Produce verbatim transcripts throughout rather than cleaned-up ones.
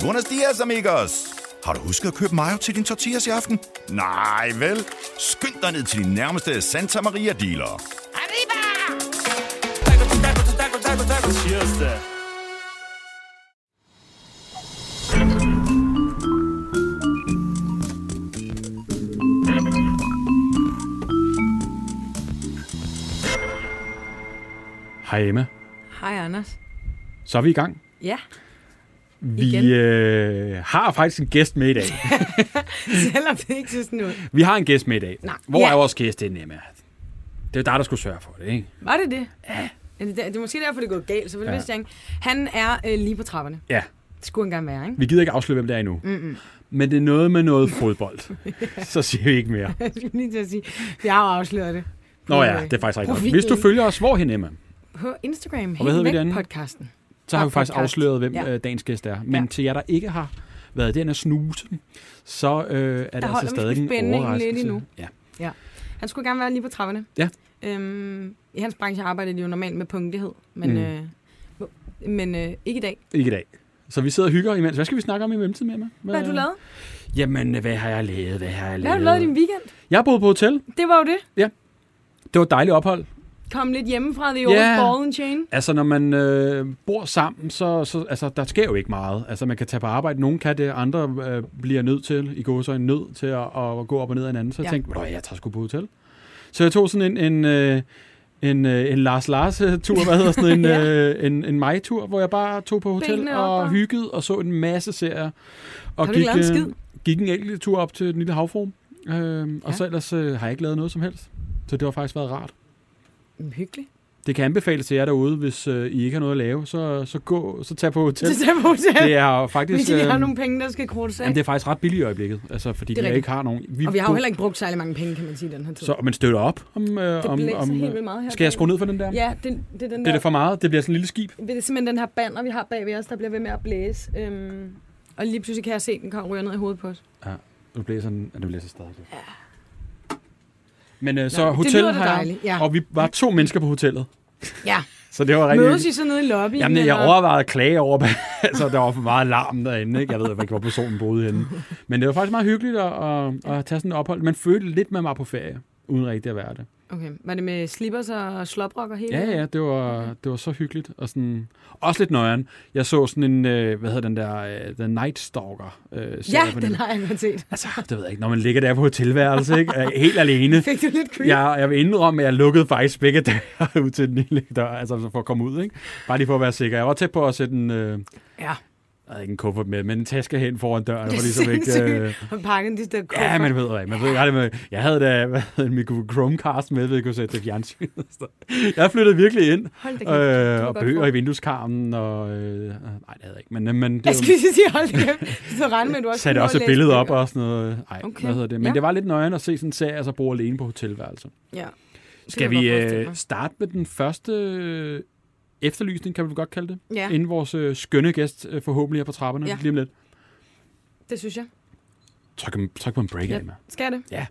Buenos dias, amigos. Har du husket at købe mayo til din tortillas i aften? Nej, vel? Skynd dig ned til din nærmeste Santa Maria-dealer. Arriba! Taco, taco, taco, taco, taco. Cheers, da. Hej Emma. Hej Anders. Så er vi i gang. Ja. Vi øh, har faktisk en gæst med i dag. Selvom det ikke ser sådan ud. Vi har en gæst med i dag. Nej. Hvor Ja. er vores gæst inde, Emma? Det er dig, der skulle sørge for det, ikke? Var det det? Ja. Det, det er måske derfor, det er gået galt, så vil Ja. ja. jeg ikke. Han er øh, lige på trapperne. Ja. Det skulle han gerne være, ikke? Vi gider ikke afsløre, hvem det er endnu. Mm-mm. Men det er noget med noget fodbold. Så siger vi ikke mere. Jeg skulle lige til at sige, jeg har jo afsløret det. På, Nå ja, det er faktisk rigtig godt. profilen. Hvis du følger os, hvorhen, Emma? På Instagram. Og hvad hedder vi derinde? Podcasten. Så har Og vi faktisk podcast. afsløret, hvem Ja. ja. dagens gæst er. Men Ja. til jer, der ikke har været den at snuse, så øh, er det holder altså vi stadig sgu en spændingen lidt overraskelse. endnu. Ja. Han skulle gerne være lige på trapperne. Ja. Øhm, I hans branche arbejder de jo normalt med punktlighed, men, Mm. øh, men øh, ikke i dag. Ikke i dag. Så vi sidder og hygger imens. Hvad skal vi snakke om i mellemtiden med, Emma? Hvad har du lavet? Jamen, hvad har jeg lavet? Hvad har jeg lavet? Hvad har du lavet i din weekend? Jeg har boet på hotel. Det var jo det. Det var et dejligt ophold. Kom lidt hjemmefra, the old Ja. ball and chain. Altså, når man øh, bor sammen, så, så altså, der sker jo ikke meget. Altså, man kan tage på arbejde. Nogen kan det, andre øh, bliver nødt til, i går så en nødt til at, at gå op og ned af hinanden. Så jeg Ja. tænkte, jeg, jeg tager sgu på hotel. Så jeg tog sådan en, en, øh, en, øh, en Lars Lars-tur, hvad hedder sådan en, Ja. øh, en, en mig-tur, hvor jeg bare tog på hotel Benene op og og- hyggede og så en masse serier. Og Har du ikke lavet en øh, skid? gik en enkelt tur op til den lille havfru. Øh, og Ja. så ellers øh, har jeg ikke lavet noget som helst. Så det har faktisk været rart. Hyggeligt. Det kan anbefales til jer derude, hvis øh, I ikke har noget at lave, så, så gå, så tag på hotel. Det er på hotel. Det er jo faktisk, Hvis vi har øh, nogle penge, der skal krudtes af. jamen, det er faktisk ret billigt i øjeblikket, altså, fordi Det er vi rigtigt. ikke har nogen. Vi Og vi har jo bo- heller ikke brugt særlig mange penge, kan man sige, den her tid. Så man støtter op om... Øh, det om, blæser om helt vildt meget her. skal jeg skrue ned for den der? Ja, det, det er den Det er der. det for meget. Det bliver sådan en lille skib. Det er simpelthen den her banner, vi har bag ved os, der bliver ved med at blæse. Øhm, og lige pludselig kan jeg se, at den kommer ryger ned i hovedet på os. Ja, nu blæser den. Ja, det blæser stadig. Ja. Men øh, så Nå, det hotel lyder da har jeg, dejligt, ja. og vi var to mennesker på hotellet. Ja, Så det var rigtig... mødes I så nede i lobbyen? Jamen, jeg eller? overvejede at klage over, altså der var for meget larm derinde, ikke? Jeg ved ikke, hvor personen boede henne. Men det var faktisk meget hyggeligt at, at, at tage sådan et ophold. Man følte lidt, man var på ferie, uden rigtig at være det. Okay, var det med slippers og sloprock og hele? Ja, ja, det var, det var så hyggeligt. Og sådan, også lidt nøjeren. Jeg så sådan en, øh, hvad hedder den der, øh, The Night Stalker. Øh, Ja, den har jeg godt set. Altså, det ved jeg ikke, når man ligger der på hotelværelse, ikke? Øh, helt alene. Fik du lidt creep? Jeg, jeg vil indrømme, at jeg lukkede faktisk begge døre ud til den lille dør, altså for at komme ud, ikke? Bare lige for at være sikker. Jeg var tæt på at sætte en, øh, Ja. jeg havde ikke en kuffert med, men en taske hen foran døren. Det var er ligesom ikke, øh, Og pakken de der kuffer. ja, man ved ikke. Man ved ikke det med. Jeg havde da hvad hedder det, min Chromecast med, ved jeg kunne sætte det fjernsyn. Jeg flyttede virkelig ind. Hold da kæft, det var Øh, og godt bøger for. i vindueskarmen, og... Øh, nej, det havde jeg ikke, men, men det Jeg skulle lige sige, hold da kæft. Så regner med, at du også satte kunne også nå et at læse billede op bøger. og sådan noget. Nej, Okay. hvad hedder det? Men Ja. det var lidt nøjeren at se sådan en serie, og så bo alene på hotelværelse. Ja. Skal kan jeg vi godt forestille øh, mig. starte med den første øh, efterlysning, kan vi godt kalde det? Ja, Inden vores øh, skønne gæst øh, forhåbentlig er på trapperne Ja. lige om lidt. det synes jeg. Tryk, tryk på en break Ja. af mig. Skal jeg det? Ja.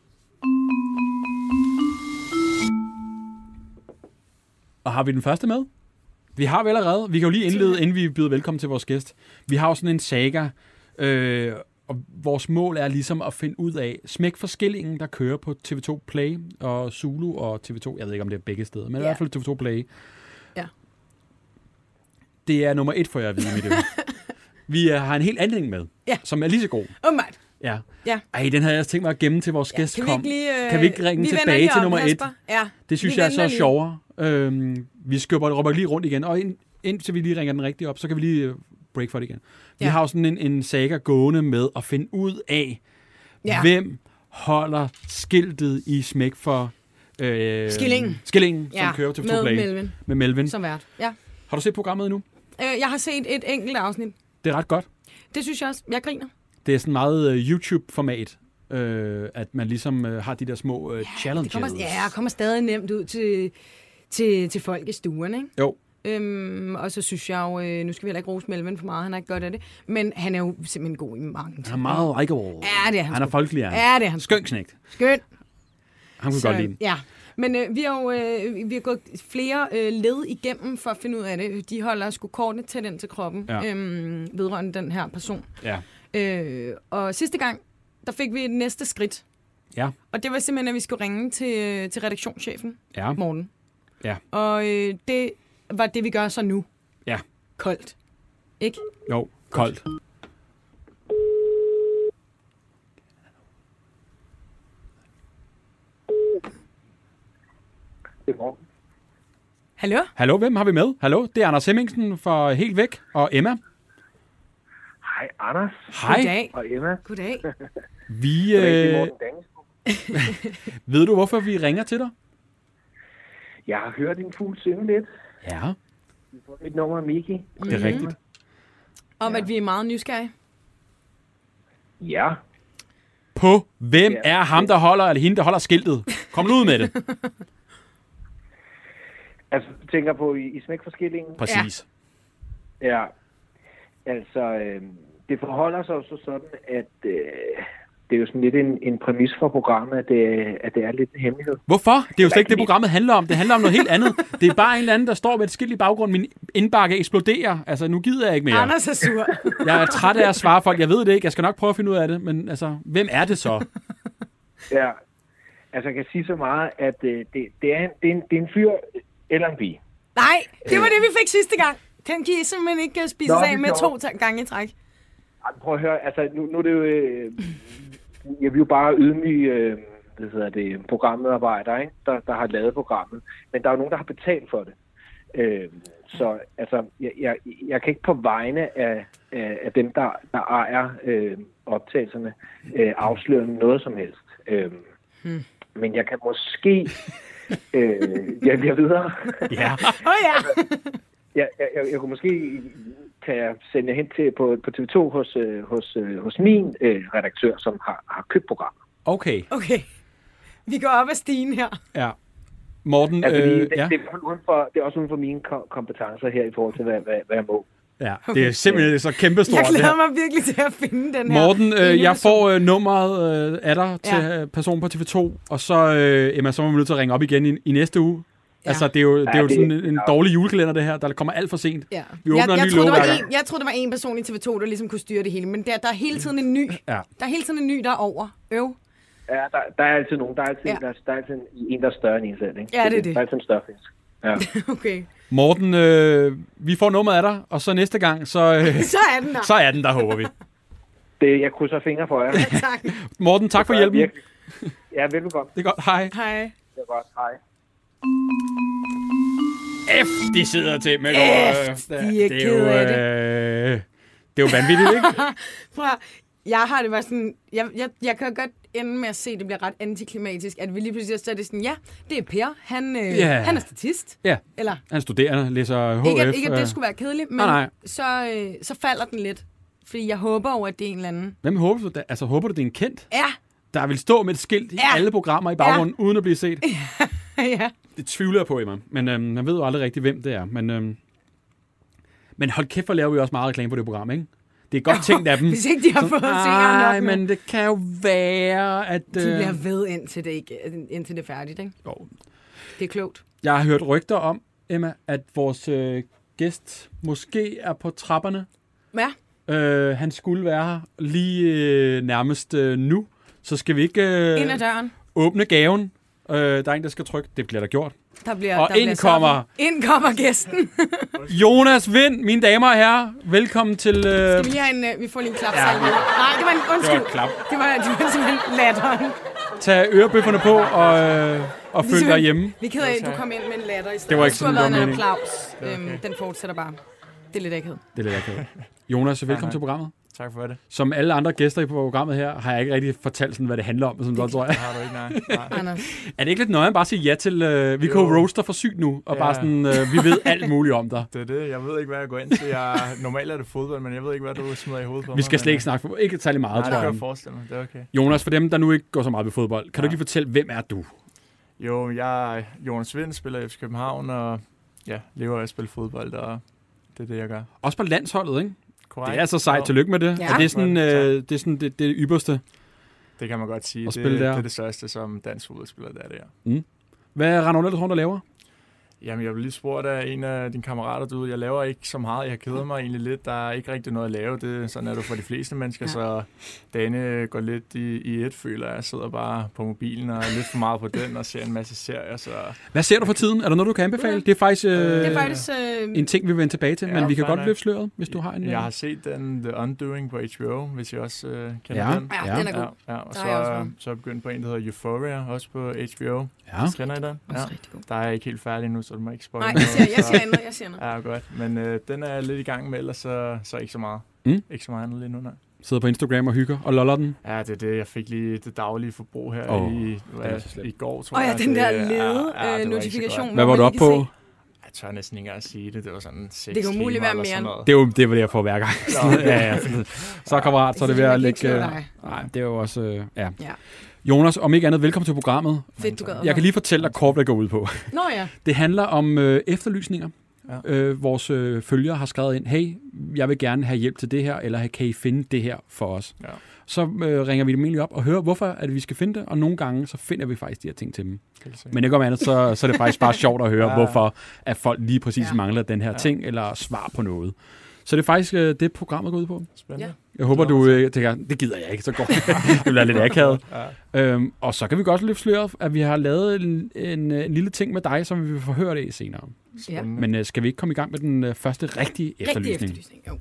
Og har vi den første med? Vi har vel allerede. Vi kan jo lige indlede, inden vi byder velkommen til vores gæst. Vi har jo sådan en saga, øh, og vores mål er ligesom at finde ud af smæk for skillingen, der kører på T V to Play og Zulu og T V to. Jeg ved ikke, om det er begge steder, men Ja. i hvert fald T V to Play. Ja. Det er nummer et for jer at vide med det. Vi øh, har en helt anden med, Ja. som er lige så god. Åbenbart. Ja. Ja. Ej, den havde jeg tænkt mig at gemme til vores Ja, gæst kan vi kom. ikke lige, øh, Kan vi ikke ringe vi vender tilbage lige til om, nummer et? Jasper? Ja. Det synes Vi jeg er så venter lige. sjovere. Øhm, vi skubber det, råber lige rundt igen, og ind, indtil vi lige ringer den rigtige op, så kan vi lige øh, break for det igen. Vi Ja. har jo sådan en, en saga gående med at finde ud af, Ja. hvem holder skiltet i smæk for øh, Skillingen. Skillingen, Ja, som kører til T V to med Play Melvin med Melvin. som vært. Ja. Har du set programmet endnu? Øh, jeg har set et enkelt afsnit. Det er ret godt. Det synes jeg også. Jeg griner. Det er sådan meget øh, YouTube-format, øh, at man ligesom øh, har de der små øh, challenges. Det kommer, ja, kommer stadig nemt ud til, til, til folk i stuen, ikke? Jo. Øhm, og så synes jeg jo, øh, nu skal vi heller ikke rose Melvin for meget, han er ikke godt af det, men han er jo simpelthen god i mange ting. Han er meget likeable. Ja, det er han Han er sgu. folkelig. Ja, det er han. Skøn knægt. Skøn. Han kunne Så, godt lide. Ja. Men øh, vi har jo øh, vi har gået flere øh, led igennem for at finde ud af det. De holder sgu kortene tæt ind til kroppen, Ja. øhm, vedrørende den her person. Ja. Øh, og sidste gang, der fik vi et næste skridt. Ja. Og det var simpelthen, at vi skulle ringe til, til redaktionschefen, Ja. Morten. Ja. Og øh, det var det, vi gør så nu. Ja. Koldt. Ikke? Jo, koldt. Hallo? Hallo, hvem har vi med? Hallo, det er Anders Hemmingsen fra Helt Væk, og Emma. Hej, Anders Hej. Goddag. og Emma. Goddag. Vi, Det er øh, Morten Dangsbo. ved du, hvorfor vi ringer til dig? Jeg har hørt din fugl synge lidt. Ja, Mit nummer er Miki. det er rigtigt. Om Ja. at vi er meget nysgerrige. Ja. På hvem Ja. er ham, der holder, eller hende, der holder skiltet? Kom nu ud med det. Altså, du tænker på i, i smækforskillingen? Præcis. Ja. Altså, øh, det forholder sig jo så sådan, at øh, det er jo sådan lidt en, en præmis for programmet, at det, at det er lidt en hemmelighed. Hvorfor? Det er jo slet ikke det, programmet handler om. Det handler om noget helt andet. Det er bare en eller anden, der står med et skilt i baggrunden. Min indbakke eksploderer. Altså, nu gider jeg ikke mere. Anders er sur. Jeg er træt af at svare folk. Jeg ved det ikke. Jeg skal nok prøve at finde ud af det. Men altså, hvem er det så? Ja. Altså, jeg kan sige så meget, at øh, det, det, er en, det, er en, det er en fyr eller en pige. Nej, det var det, vi fik sidste gang. Den kan I simpelthen ikke spise Nå, af det med er to sjovt. ta- gange i træk. Ej, prøv at høre, altså, nu, nu er det jo... Øh, jeg vil jo bare ydmyge... Øh, det hedder det, programmedarbejdere, ikke? Der, der har lavet programmet. Men der er jo nogen, der har betalt for det. Øh, så altså, jeg, jeg, jeg kan ikke på vegne af, af, af dem, der, der ejer øh, optagelserne, øh, afsløre noget som helst. Øh, hmm. Men jeg kan måske... øh, jeg bliver videre. Ja. Åh oh, ja. jeg, jeg, jeg, jeg kunne måske... kan jeg sende jer hen til på, på T V to hos, øh, hos, øh, hos min øh, redaktør, som har, har købt programmet. Okay. Okay. Vi går op ad stigen her. Ja. Morten, Altså, øh, det, ja. det, er uden for, det er også uden for mine kom- kompetencer her i forhold til, hvad, hvad, hvad jeg må. Ja, det er simpelthen så kæmpestort. Jeg det her. glæder mig virkelig til at finde den her. Morten, øh, ene jeg person. får øh, nummeret øh, af dig til Ja. ja. person på T V to, og så, øh, Emma, så må vi nødt til at ringe op igen i, i næste uge. Ja. Altså, det er jo, det er jo Ja, det- sådan en, en ja. dårlig julekalender, det her, der kommer alt for sent. Ja. Vi åbner jeg, en jeg, ny troede, låge der var hver gang. en, jeg troede, der var en person i T V to, der ligesom kunne styre det hele, men der, der er hele tiden en ny. Ja. Der er hele tiden en ny, der er over. Øv. Ja, der, der er altid nogen. Der er altid, Ja. ja. der, der er altid en, en, der er større end en selv. Ikke? Ja, det er det. Der er altid en større fisk. Ja. Okay. Morten, øh, vi får nummeret af dig, og så næste gang, så, øh, Så er den der. så er den der, håber vi. Det, jeg krydser fingre for jer. Tak. Morten, tak for Det er hjælpen. virkelig. Ja, velbekomme. Det er godt. Hej. Hej. Det er godt. Hej. F, de sidder til med F, de er det er kede jo, af det. øh, det er jo vanvittigt, ikke? Prøv at- jeg har det bare sådan, jeg, jeg, jeg kan godt ende med at se, at det bliver ret antiklimatisk, at vi lige pludselig så er det sådan, ja, det er Per, han, øh, Ja. han er statist. Ja, Eller, han er studerende, læser H F. ikke at, ikke at øh. det skulle være kedeligt, men Nej, nej. Så, øh, så falder den lidt. Fordi jeg håber jo, at det er en eller anden. Hvem håber du? da- Altså, håber du, det er en kendt? Ja, Der vil stå med et skilt i Ja. alle programmer i baggrunden, uden at blive set. ja. Det tvivler jeg på, Emma. Men øhm, man ved jo aldrig rigtigt, hvem det er. Men, øhm, men hold kæft, hvor laver vi også meget reklame på det program, ikke? Det er godt tænkt af dem. Hvis ikke de har fået seere Nej, nok med. men det kan jo være, at... De øh, bliver ved, indtil det, ikke, indtil det er færdigt, ikke? jo. Det er klogt. Jeg har hørt rygter om, Emma, at vores øh, gæst måske er på trapperne. Ja, Øh, han skulle være her lige øh, nærmest øh, nu. Så skal vi ikke øh, ind ad døren. åbne gaven. Øh, der er en, der skal trykke. Det bliver der gjort. Der bliver, Og der ind bliver kommer- sådan. Ind kommer gæsten. Jonas Vind, mine damer og herrer. Velkommen til... Øh, Skal vi lige have en, uh, vi får lige en klap Ja. ja. Nej, det var en undskyld. Det var et klap. Det var, det var simpelthen latteren. Tag ørebøfferne på og, øh, og følg dig hjemme. Vi er ked af, at du kom ind med en latter i stedet. Det var ikke Det skulle sådan, have det været var en applaus. Øhm, den fortsætter bare. Det er lidt akavet. Det er lidt akavet. Jonas, velkommen til programmet. Tak for det. Som alle andre gæster i programmet her, har jeg ikke rigtig fortalt, sådan, hvad det handler om. Sådan noget, tror jeg. Det har du ikke, nej. nej. Anders. Er det ikke lidt nøje at bare sige ja til... Øh, vi kan jo Jo. roaster for sygt nu, og Ja. bare sådan, øh, vi ved alt muligt om dig. Det er det. Jeg ved ikke, hvad jeg går ind til. Jeg, normalt er det fodbold, men jeg ved ikke, hvad du smider i hovedet på mig. Vi skal men, slet ikke øh, snakke for, ikke særlig meget, Nej, tror det kan jeg. jeg forestille mig. Det er okay. Jonas, for dem, der nu ikke går så meget ved fodbold, kan du Ja. ikke lige fortælle, hvem er du? Jo, jeg er Jonas Vind, spiller i F C København, og ja, lever af at spille fodbold, og det er det, jeg gør. Også på landsholdet, ikke? Korrekt. Det er så sejt. Jo, Tillykke med det. Ja. Er det sådan, Tak. øh, det, er sådan det, det ypperste? Det kan man godt sige. At Det, spille der. det er det største som dansk fodboldspiller, der er det her. Hvad render du ellers rundt og laver? Jamen, jeg blev lige spurgt af en af dine kammerater derude. Jeg laver ikke så meget. Jeg keder mig egentlig lidt. Der er ikke rigtig noget at lave. Det, sådan er det for de fleste mennesker. Ja. Så dagene går lidt i, i et, føler jeg. Jeg sidder bare på mobilen og er lidt for meget på den og ser en masse serier. Så... Hvad ser du for tiden? Er der noget, du kan anbefale? Det er faktisk, øh, det er faktisk øh... en ting, vi vil vende tilbage til. Ja, men vi kan godt nok. løfte sløret, hvis du har en... Jeg har set den The Undoing på H B O, hvis jeg også øh, kender ja. den. Ja, den er god. Ja, ja. Og så, så er jeg begyndt på en, der hedder Euphoria, også på H B O. Ja. Kender I den? Ja. Der er jeg ikke helt færdig nu, så du må ikke spoil. Nej, jeg siger, jeg siger andet, jeg siger noget. Ja, godt. Men øh, den er jeg lidt i gang med, ellers så, så ikke så meget. Mm. Ikke så meget andet lige nu, nej. Sidder på Instagram og hygger og loller den? Ja, det er det. Jeg fik lige det daglige forbrug her oh, i, hvad, i går, tror oh, jeg. Og ja, den der det, lede ja, ja, notifikation. Hvad var du oppe på? Jeg tør næsten ikke engang at sige det. Det var sådan seks det kan umuligt være mere. Det er jo det, var det jeg får hver gang. ja, ja. Så kammerat, så er det ved at lægge... Nej, det er jo også... Øh, ja. ja. Jonas, om ikke andet, velkommen til programmet. Fedt, du gad. Jeg kan lige fortælle dig kort, hvad det går ud på. Nå ja. Det handler om øh, efterlysninger. Ja. Øh, vores øh, følgere har skrevet ind, hey, jeg vil gerne have hjælp til det her, eller kan I finde det her for os? Ja. Så øh, ringer vi dem egentlig op og hører, hvorfor at vi skal finde det, og nogle gange, så finder vi faktisk de her ting til dem. Men ikke om andet, så, så er det faktisk bare sjovt at høre, ja. hvorfor at folk lige præcis ja. mangler den her ja. ting, eller svar på noget. Så det er faktisk øh, det, programmet går ud på. Spændende. Ja. Jeg håber, du øh, tænker, det gider jeg ikke, så går det. bliver lidt akavet. Ja. Øhm, og så kan vi godt løfte sløret, at vi har lavet en, en, en lille ting med dig, som vi vil forhøre det senere. Ja. Men øh, skal vi ikke komme i gang med den øh, første rigtige Rigtig efterlysning? efterlysning, jo.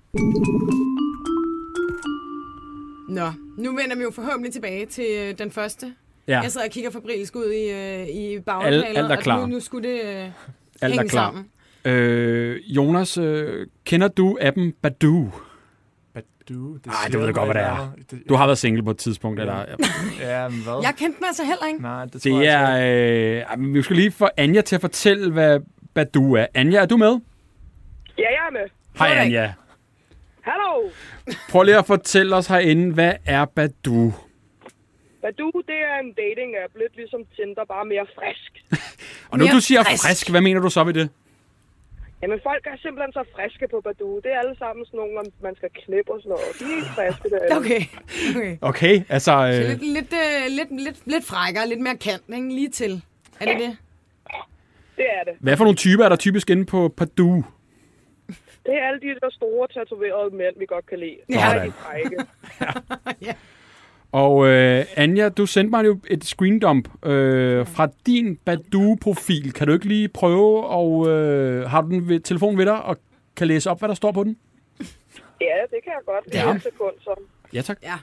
Nå, nu vender vi jo forhåbentlig tilbage til øh, den første. Ja. Jeg sidder og kigger fabrilsk ud i, øh, i baglokalet, alt, alt er klar. og nu, nu skulle det øh, alt hænge er klar. sammen. Øh, Jonas, øh, kender du appen Badoo? Badoo? Nej, du ved godt, hvad det er. Du har været single på et tidspunkt, eller? Ja, men hvad? Jeg kendte den altså heller ikke. Nej, det tror det jeg er, øh, vi skal lige få Anja til at fortælle, hvad Badoo er. Anja, er du med? Ja, jeg er med. Hej Anja. Hallo. Prøv lige at fortælle os herinde, hvad er Badoo? Badoo, det er en dating-app, lidt ligesom Tinder, bare mere frisk. Og nu mere du siger frisk. frisk, hvad mener du så ved det? Jamen, folk er simpelthen så friske på Badoo. Det er alle sammen sådan nogle, man skal knippe og sådan noget. De er helt friske der. Okay. Okay, okay altså... Øh... Så lidt, lidt, øh, lidt, lidt, lidt frækkere, lidt mere kant, ikke? Lige til. Er det det? Det er det. Hvad for nogle typer er der typisk inde på Badoo? Det er alle de der store, tatoverede mænd, vi godt kan lide. Ja. Det er de frække. Ja. Og øh, Anja, du sendte mig jo et screendump øh, fra din Badoo-profil. Kan du ikke lige prøve, og øh, har du den ved, telefonen ved dig, og kan læse op, hvad der står på den? Ja, det kan jeg godt. Det er en sekund, så. Ja, tak. Ja.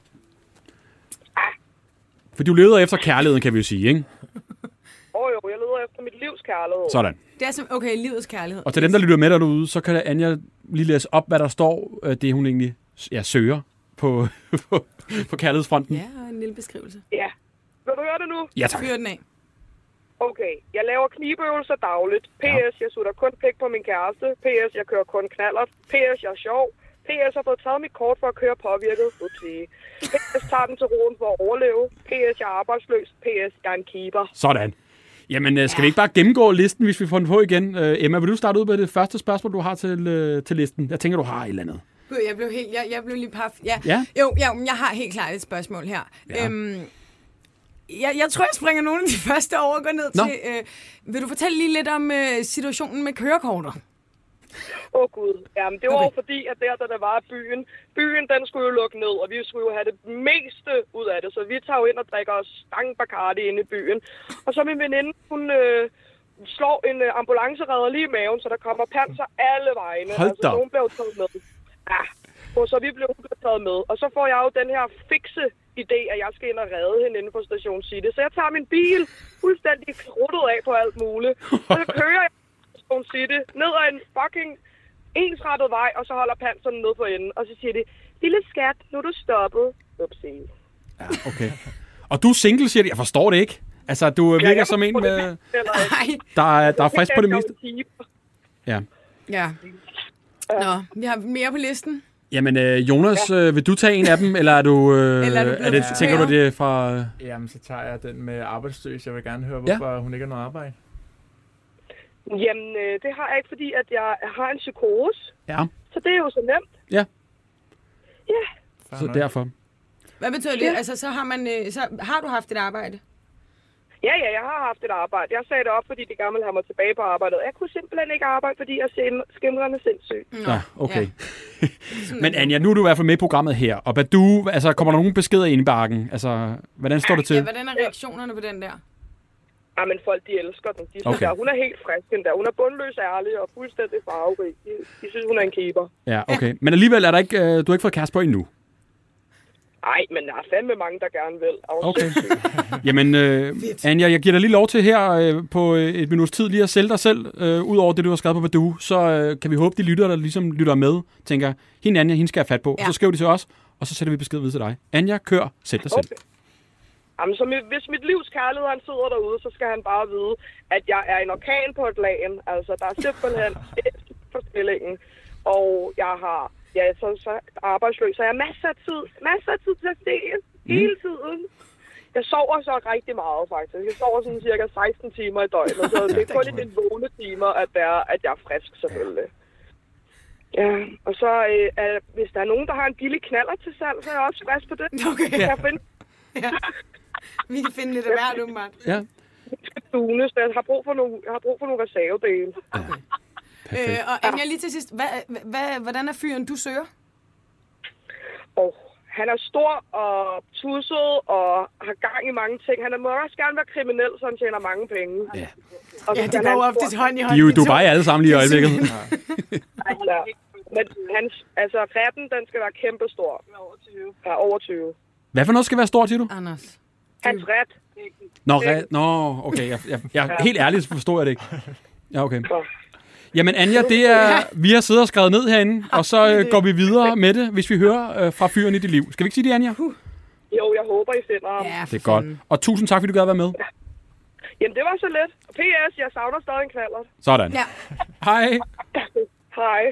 Ah. For du leder efter kærligheden, kan vi jo sige, ikke? Åh oh, jo, jeg leder efter mit livs kærlighed. Sådan. Det er som, okay, livets kærlighed. Og til dem, der lytter med derude, så kan Anja lige læse op, hvad der står, øh, det hun egentlig ja, søger på, på, på kærlighedsfronten. Ja, og en lille beskrivelse. Ja. Vil du høre det nu? Ja, tak. Fyr den af. Okay, jeg laver knibeøvelser dagligt. P S, ja. Jeg sutter kun pik på min kæreste. P S, jeg kører kun knallert. P S, jeg er sjov. P S, har fået taget mit kort for at køre påvirket. Upsi. P S, tager den til roden for at overleve. P S, jeg er arbejdsløs. P S, jeg er en keeper. Sådan. Jamen, skal ja. vi ikke bare gennemgå listen, hvis vi får den på igen? Uh, Emma, vil du starte ud med det første spørgsmål, du har til, uh, til listen? Jeg tænker, du har et eller andet. Gud, jeg blev helt, jeg, jeg blev lige paf. Ja. Ja? Jo, ja, jeg har helt klart et spørgsmål her. Ja. Øhm, jeg, jeg tror, jeg springer nogle af de første over og går ned Nå. til. Øh, vil du fortælle lige lidt om øh, situationen med kørekorter? Åh oh, gud, jamen det var okay. fordi, at der, da der var byen, byen den skulle jo lukke ned, og vi skulle jo have det meste ud af det, så vi tager jo ind og drikker stang Bacardi inde i byen. Og så min veninde, hun øh, slår en øh, ambulanceredder lige i maven, så der kommer panser alle vegne. Hold altså, nogen blev taget med. Ja, og så vi blev taget med. Og så får jeg jo den her fikse idé, at jeg skal ind og redde hende inde på Station City. Så jeg tager min bil fuldstændig krudtet af på alt muligt. Og så kører jeg Station City ned ad en fucking ensrettet vej, og så holder panseren ned på enden. Og så siger de, lille skat, nu er du stoppet. Upsi. Ja, okay. Og du er single, siger de. Jeg forstår det ikke. Altså, du ja, virker som en med... Der er, der er frisk på det meste. Ja. Ja. Nå, vi har mere på listen. Jamen, øh, Jonas, ja. øh, vil du tage en af dem, eller er du... Øh, eller er, du er det, tænker du det fra... Øh... Jamen, så tager jeg den med arbejdsløs. Jeg vil gerne høre, hvorfor ja. hun ikke har noget arbejde. Jamen, øh, det har jeg ikke, fordi at jeg har en psykose. Ja. Så det er jo så nemt. Ja. Ja. Så derfor. Hvad betyder det? Ja. Altså, så har man... Øh, så har du haft et arbejde? Ja, ja, jeg har haft et arbejde. Jeg sagde det op, fordi de gerne ville have mig tilbage på arbejdet. Jeg kunne simpelthen ikke arbejde, fordi jeg er skimrende sindssyg. Ja, okay. Ja. Men Anja, nu er du i hvert fald med i programmet her. Og Badu, altså, kommer der nogen beskeder ind i bakken? Altså, hvordan står det til? Ja, hvordan er reaktionerne på den der? Ja, men folk, de elsker den. De synes, okay. der, hun er helt frisk, den der. Hun er bundløs ærlig og fuldstændig farverig. De, de synes, hun er en keeper. Ja, okay. Men alligevel er der ikke, øh, du har ikke fået kæreste på endnu? Nej, men der er fandme mange, der gerne vil. Okay. Jamen, øh, Anja, jeg giver dig lige lov til her øh, på et minuts tid lige at sælge dig selv, øh, ud over det, du har skrevet på Badu. Så øh, kan vi håbe, de lytter, der ligesom lytter med, tænker, hende Anja, hende skal jeg fat på. Ja. Så skriver de til os, og så sætter vi besked videre til dig. Anja, kør, sæt dig selv. Okay. Jamen, så mit, hvis mit livs kærlighed, han sidder derude, så skal han bare vide, at jeg er en orkan på et lagen. Altså, der er simpelthen et for stillingen. Og jeg har... Ja, så, så arbejdsløs, så jeg har masser af tid, masser af tid til at se hele tiden. Jeg sover så rigtig meget, faktisk. Jeg sover sådan cirka seksten timer i døgnet, så det er kun i mine vågne timer, at, det er, at jeg er frisk, selvfølgelig. Ja, og så øh, er, hvis der er nogen, der har en billig knaller til salg, så er jeg også frisk på det. Okay. Kan jeg finde? Ja. Vi kan finde lidt af hvert, umiddelbart. Ja. Så jeg har brug for nogle, jeg har brug for nogle reservedele. Okay. Øh, og Anja, lige til sidst, hvad, hvad, hvordan er fyren, du søger? Oh, han er stor og tusset og har gang i mange ting. Han må også gerne være kriminel, så han tjener mange penge. Ja, og ja det går jo oftest hånd i hånd. De er jo i Dubai alle sammen lige i øjeblikket. Altså, men hans, altså, retten, den skal være kæmpestor. Over tyve. Ja, over tyve. Hvad for noget skal være stort, siger du? Anders. Hans ret. Nå, re- Nå okay. Jeg, jeg, jeg, helt ærligt forstår jeg det ikke. Ja, okay. Jamen Anja, det er, vi har siddet og skrevet ned herinde, og så øh, går vi videre med det, hvis vi hører øh, fra fyren i dit liv. Skal vi ikke sige det, Anja? Jo, jeg håber, I finder ham. Ja, det er godt. Og tusind tak, fordi du gad være med. Ja. Jamen, det var så let. P S, jeg savner stadig en knallert. Sådan. Ja. Hej. Hej.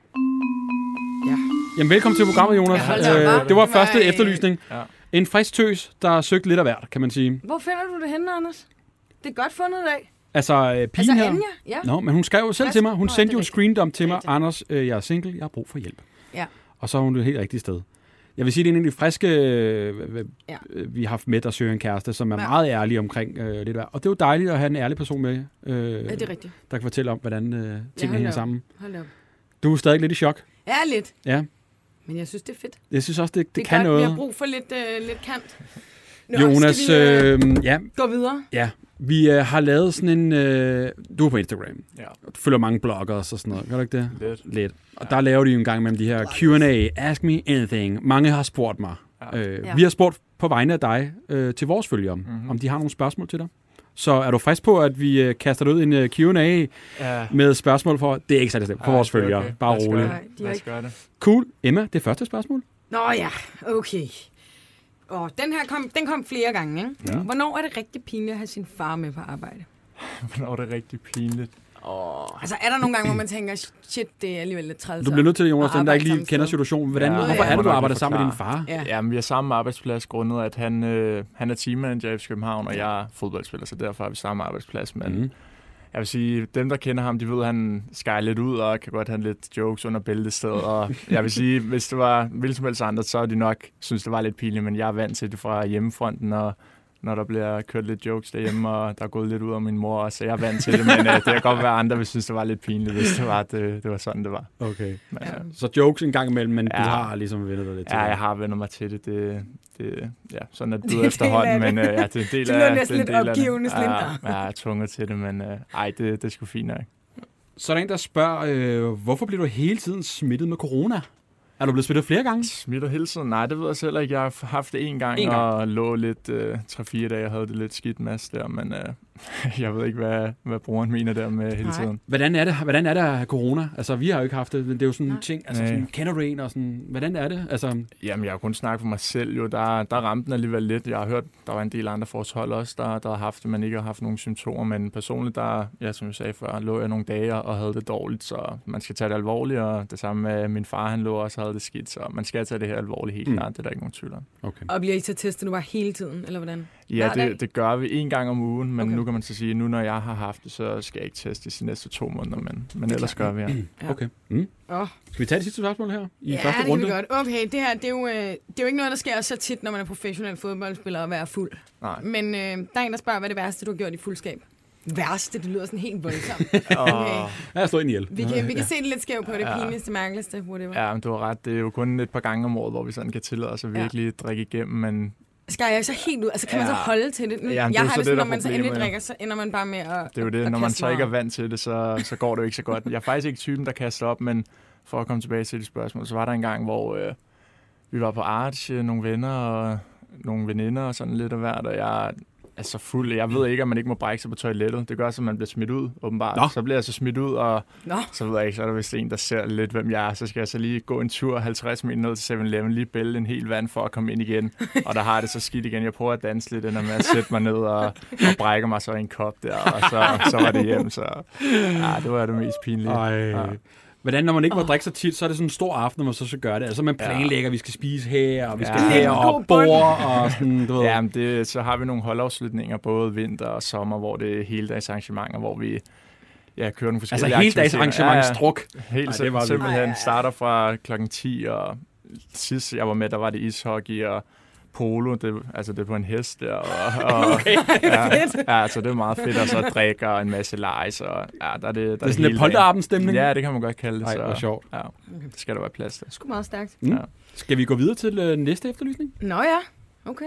Ja. Jamen, velkommen til programmet, Jonas. Ja, øh, det var første efterlysning. Ja. En frisk tøs, der har søgt lidt af hvert, kan man sige. Hvor finder du det henne, Anders? Det er godt fundet i dag. Altså, øh, pigen altså, her... Anja, ja. Nå, men hun skrev jo selv til mig. Hun sendte jo en screendump til mig. Anders, øh, jeg er single, jeg har brug for hjælp. Ja. Og så er hun det helt rigtige sted. Jeg vil sige, det er en af de friske, øh, ja. vi har haft med, der søger en kæreste, som er ja. meget ærlig omkring øh, lidt værd. Og det er jo dejligt at have en ærlig person med, øh, ja, det er rigtigt. Der kan fortælle om, hvordan øh, tingene ja, hænger sammen. Du er stadig lidt i chok. Ja, lidt. Ja. Men jeg synes, det er fedt. Jeg synes også, det, det, det kan godt, noget. Vi har brug for lidt, øh, lidt kant. Nå, Jonas, vi, øh, øh, ja. gå videre. Ja, vi øh, har lavet sådan en... Øh, du er på Instagram. Ja. Du følger mange bloggere og sådan noget. Gør du ikke det? Lidt. Lidt. Og ja. Der laver de jo en gang mellem de her Q and A, Ask Me Anything. Mange har spurgt mig. Ja. Øh, ja. Vi har spurgt på vegne af dig øh, til vores følgere, mm-hmm. om de har nogle spørgsmål til dig. Så er du frisk på, at vi øh, kaster dig ud i en uh, Q and A ja. med spørgsmål for... Det er ikke særlig stemt for ja, vores følgere. Okay. Bare roligt. Lad os gøre det. Cool. Emma, det første spørgsmål? Nå ja, okay. Og den her kom, den kom flere gange, ikke? Ja. Hvornår er det rigtig pinligt at have sin far med på arbejde? Hvornår er det rigtig pinligt? Oh. Altså, er der nogle gange, hvor man tænker, shit, det er alligevel lidt træls. Du bliver nødt til, Jonas, den der ikke lige kender situationen. Hvordan, ja, hvorfor ja. er det, du arbejder sammen med din far? Ja, Jamen, vi har samme arbejdsplads, grundet at han, øh, han er teammanager i København, og jeg er fodboldspiller, så derfor har vi samme arbejdsplads. Men mm. jeg vil sige, dem, der kender ham, de ved, at han skærer lidt ud, og kan godt have lidt jokes under bæltestedet. Og jeg vil sige, hvis det var hvilket som helst andre, så de nok synes, det var lidt pinligt, men jeg er vant til det fra hjemmefronten, og når der bliver kørt lidt jokes derhjemme, og der er gået lidt ud af min mor også, så jeg er vant til det, men uh, det kan godt være, andre vil synes, det var lidt pinligt, hvis det var, det, det var sådan, det var. Okay. Men, ja. Så jokes en gang imellem, men ja. du har ligesom vendt dig lidt til ja, det? Ja, jeg har vendt mig til det. det, det ja, sådan er det blevet efterhånden, men uh, ja, det er en del af det. Du er næsten lidt opgivende ja, ja, jeg er tvunget til det, men uh, ej, det, det er sgu fint nok. Så er der en, der spørger, øh, hvorfor bliver du hele tiden smittet med corona? Er du blevet smittet flere gange? Smittet hele tiden? Nej, det ved jeg selv ikke. Jeg har haft det en gang, en gang. og lå lidt øh, tre fire dage og havde det lidt skidt masse der, men øh, jeg ved ikke, hvad, hvad brugeren mener der med hele tiden. Nej. Hvordan er det, hvordan er det at have corona? Altså, vi har jo ikke haft det, men det er jo sådan en ting, altså sådan, kender du en og sådan, hvordan er det? Altså... Jamen, jeg har kun snakket for mig selv jo. Der, der ramte den alligevel lidt. Jeg har hørt, der var en del andre forhold også, der, der har haft det, men ikke har haft nogen symptomer, men personligt, der, ja, som jeg sagde før, lå jeg nogle dage og havde det dårligt, så man skal tage det alvorligt, og det samme med min far, han lå også og havde det skidt, så man skal tage det her alvorligt helt Mm. klart. Det er der ikke nogen tvivl om. Okay. Og bliver I så testet nu bare hele tiden, eller hvordan? Ja, Hver dag? det, det gør vi en gang om ugen, men Okay. okay. nu kan man så sige, at nu når jeg har haft det, så skal jeg ikke testes de næste to måneder, men, men ellers gør vi, ja. Ja. Okay. Mm. Åh. Skal vi tage det sidste spørgsmål her i Ja, første det kan runde? vi godt. Okay, det her, det er, jo, øh, det er jo ikke noget, der sker så tit, når man er professionel fodboldspiller og være fuld. Nej. Men øh, der er en, der spørger, hvad er det værste, du har gjort i fuldskab? Værste, det lyder sådan helt voldsomt. Og, Okay. Ja, jeg står ind i hjælp. Vi kan, vi kan se det lidt skævt på det Ja. pinligste, mærkeligste, whatever. ja, men du har ret. Det er jo kun et par gange om året, hvor vi sådan kan tillade os at Ja. virkelig drikke igennem, men Skal jeg så helt ud? Altså, kan man så Ja. holde til det? Nu, Ja, men det jeg er jo har så det det, sådan, der når man så problemet, endelig jo. drikker, så ender man bare med at det er jo at, det. at Når man kaste så ikke er meget. vant til det, så, så går det jo ikke så godt. Jeg er faktisk ikke typen, der kaster op, men for at komme tilbage til de spørgsmål, så var der en gang, hvor øh, vi var på Arch, øh, nogle venner og nogle veninder og sådan lidt af hvert, og jeg er så fuld. Jeg ved ikke, om man ikke må brække sig på toilettet. Det gør så, at man bliver smidt ud, åbenbart. Nå. Så bliver jeg så smidt ud, og Nå, så ved jeg ikke, så er der vist en, der ser lidt, hvem jeg er. Så skal jeg så lige gå en tur halvtreds meter ned til seven eleven, lige bælge en hel vand for at komme ind igen. Og der har jeg det så skidt igen. Jeg prøver at danse lidt, ender med at sætte mig ned og, og brække mig så i en kop der, og så, så var det hjem. Så ja, det var det mest pinlige. Ej. Ja. Hvordan, når man ikke må drikke så tit, så er det sådan en stor aften, når man så skal gøre det. Altså, man planlægger, vi skal spise her, og vi skal Ja. her, En og god bund. bord, og sådan, du ved. Ja, men det, så har vi nogle holdafslutninger, både vinter og sommer, hvor det er heldagsarrangementer, hvor vi ja, kører nogle forskellige Altså, hele dags aktiviteter. arrangement struk. Helt Ej, Ej, det var det vildt. simpelthen Ej, ej, ej. starter fra klokken ti, og sidst jeg var med, der var det ishockey og polo, det, altså det er på en hest der, og, og Okay. ja, ja, altså det er meget fedt, og så drikker og en masse lejes, og ja, der er det, der Det er det sådan hele lidt dagen. polterabend-stemning. Ja, det kan man godt kalde det. Ej, så, hvor sjovt. Ja, det skal der være plads til. sgu meget stærkt. Mm. Ja. Skal vi gå videre til øh, næste efterlysning? Nå ja, okay.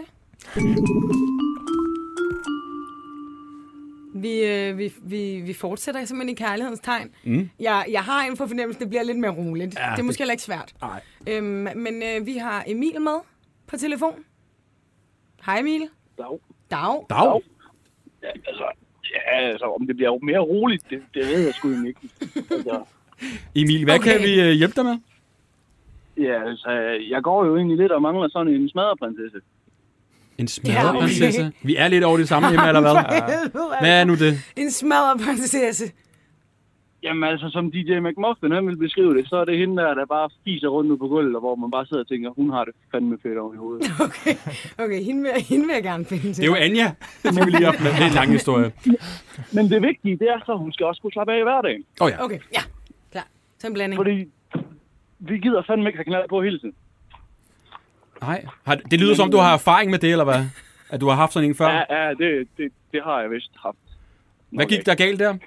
Vi, øh, vi, vi, vi fortsætter simpelthen i kærlighedens tegn. Mm. Jeg, jeg har en for fornemmelse, det bliver lidt mere roligt. Ja, Ja, det er det- måske heller ikke svært. Nej. Øhm, men øh, vi har Emil med på telefon. Hej Emil. Dag. Dag. Dag. Ja, altså, ja, altså, om det bliver mere roligt, det, det ved jeg sgu egentlig ikke. Altså, Emil, hvad Okay. kan vi øh, hjælpe dig med? Ja, altså, jeg går jo egentlig lidt og mangler sådan en smadreprinsesse. En smadreprinsesse? Ja, okay. Vi er lidt over det samme hjemme, eller hvad? Hvad er nu det? En smadreprinsesse. Jamen altså, som D J McMuffin, han vil beskrive det, så er det hende der, der bare fiser rundt ud på gulvet, og hvor man bare sidder og tænker, hun har det fandme fedt over i hovedet. Okay, okay hende, vil, hende vil jeg gerne finde til. Det er jo Anja. Det skal vi lige op med. Det er en lang historie. Men det vigtige, det er så, at hun skal også kunne slappe af i hverdagen. Åh oh, ja. Okay, ja, klar. Så en blanding. Fordi vi gider fandme ikke have knald på hele tiden. Nej. Har, det lyder som, om du har erfaring med det, eller hvad? At du har haft sådan en før? Ja, ja det, det, det har jeg vist haft. Hvad gik der galt der?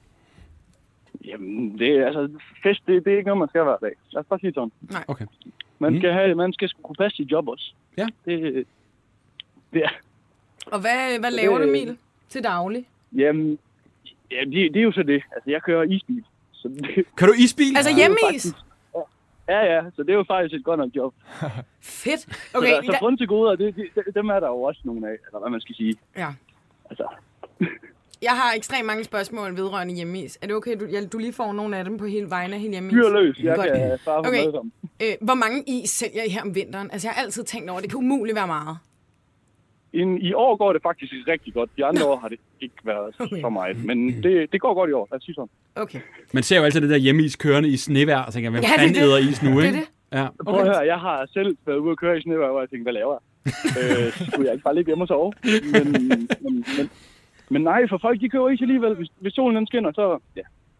Jamen, det er altså, fest, det, det er ikke noget, man skal hver dag. Lad os bare sige sådan. Okay. Man Mm. skal, have, man skal sgu kunne passe sit job også. Ja. Det, det er, Og hvad, hvad laver du, Det- Emil, til daglig? jamen, ja, det, det er jo så det. Altså, jeg kører isbil. Så det, Kan du isbil? Altså det er jo hjemmeis? faktisk- Ja, ja, så det er jo faktisk et godt nok job. Fedt. Okay, Okay, så, der, så da- grund til goder, det, det, dem er der jo også nogle af, eller hvad man skal sige. ja. Altså, Jeg har ekstremt mange spørgsmål vedrørende hjemmeis. Er det okay, du, jeg, du lige får nogle af dem på hele vegne af hele hjemmeis? fyr løs, jeg Godt. kan svare på Okay. noget om. Øh, hvor mange is sælger I her om vinteren? Altså, jeg har altid tænkt over, det kan umuligt være meget. I, I år går det faktisk rigtig godt. De andre år har det ikke været Okay. så meget. Men det, det går godt i år, lad os sige sådan. Okay. Man ser jo altid det der hjemmeis kørende i snevejr, og tænker, hvem Ja, det er fanden det. æder is nu, Det er ikke? det. Ja. Prøv at høre, jeg har selv været ude og køre i snevejr, hvor jeg tænkte, hvad laver jeg? øh, skulle jeg ikke bare ligge hjemme og sove? Men, men, men, men nej, for folk de køber is alligevel. Hvis, hvis solen den skinner, så ja,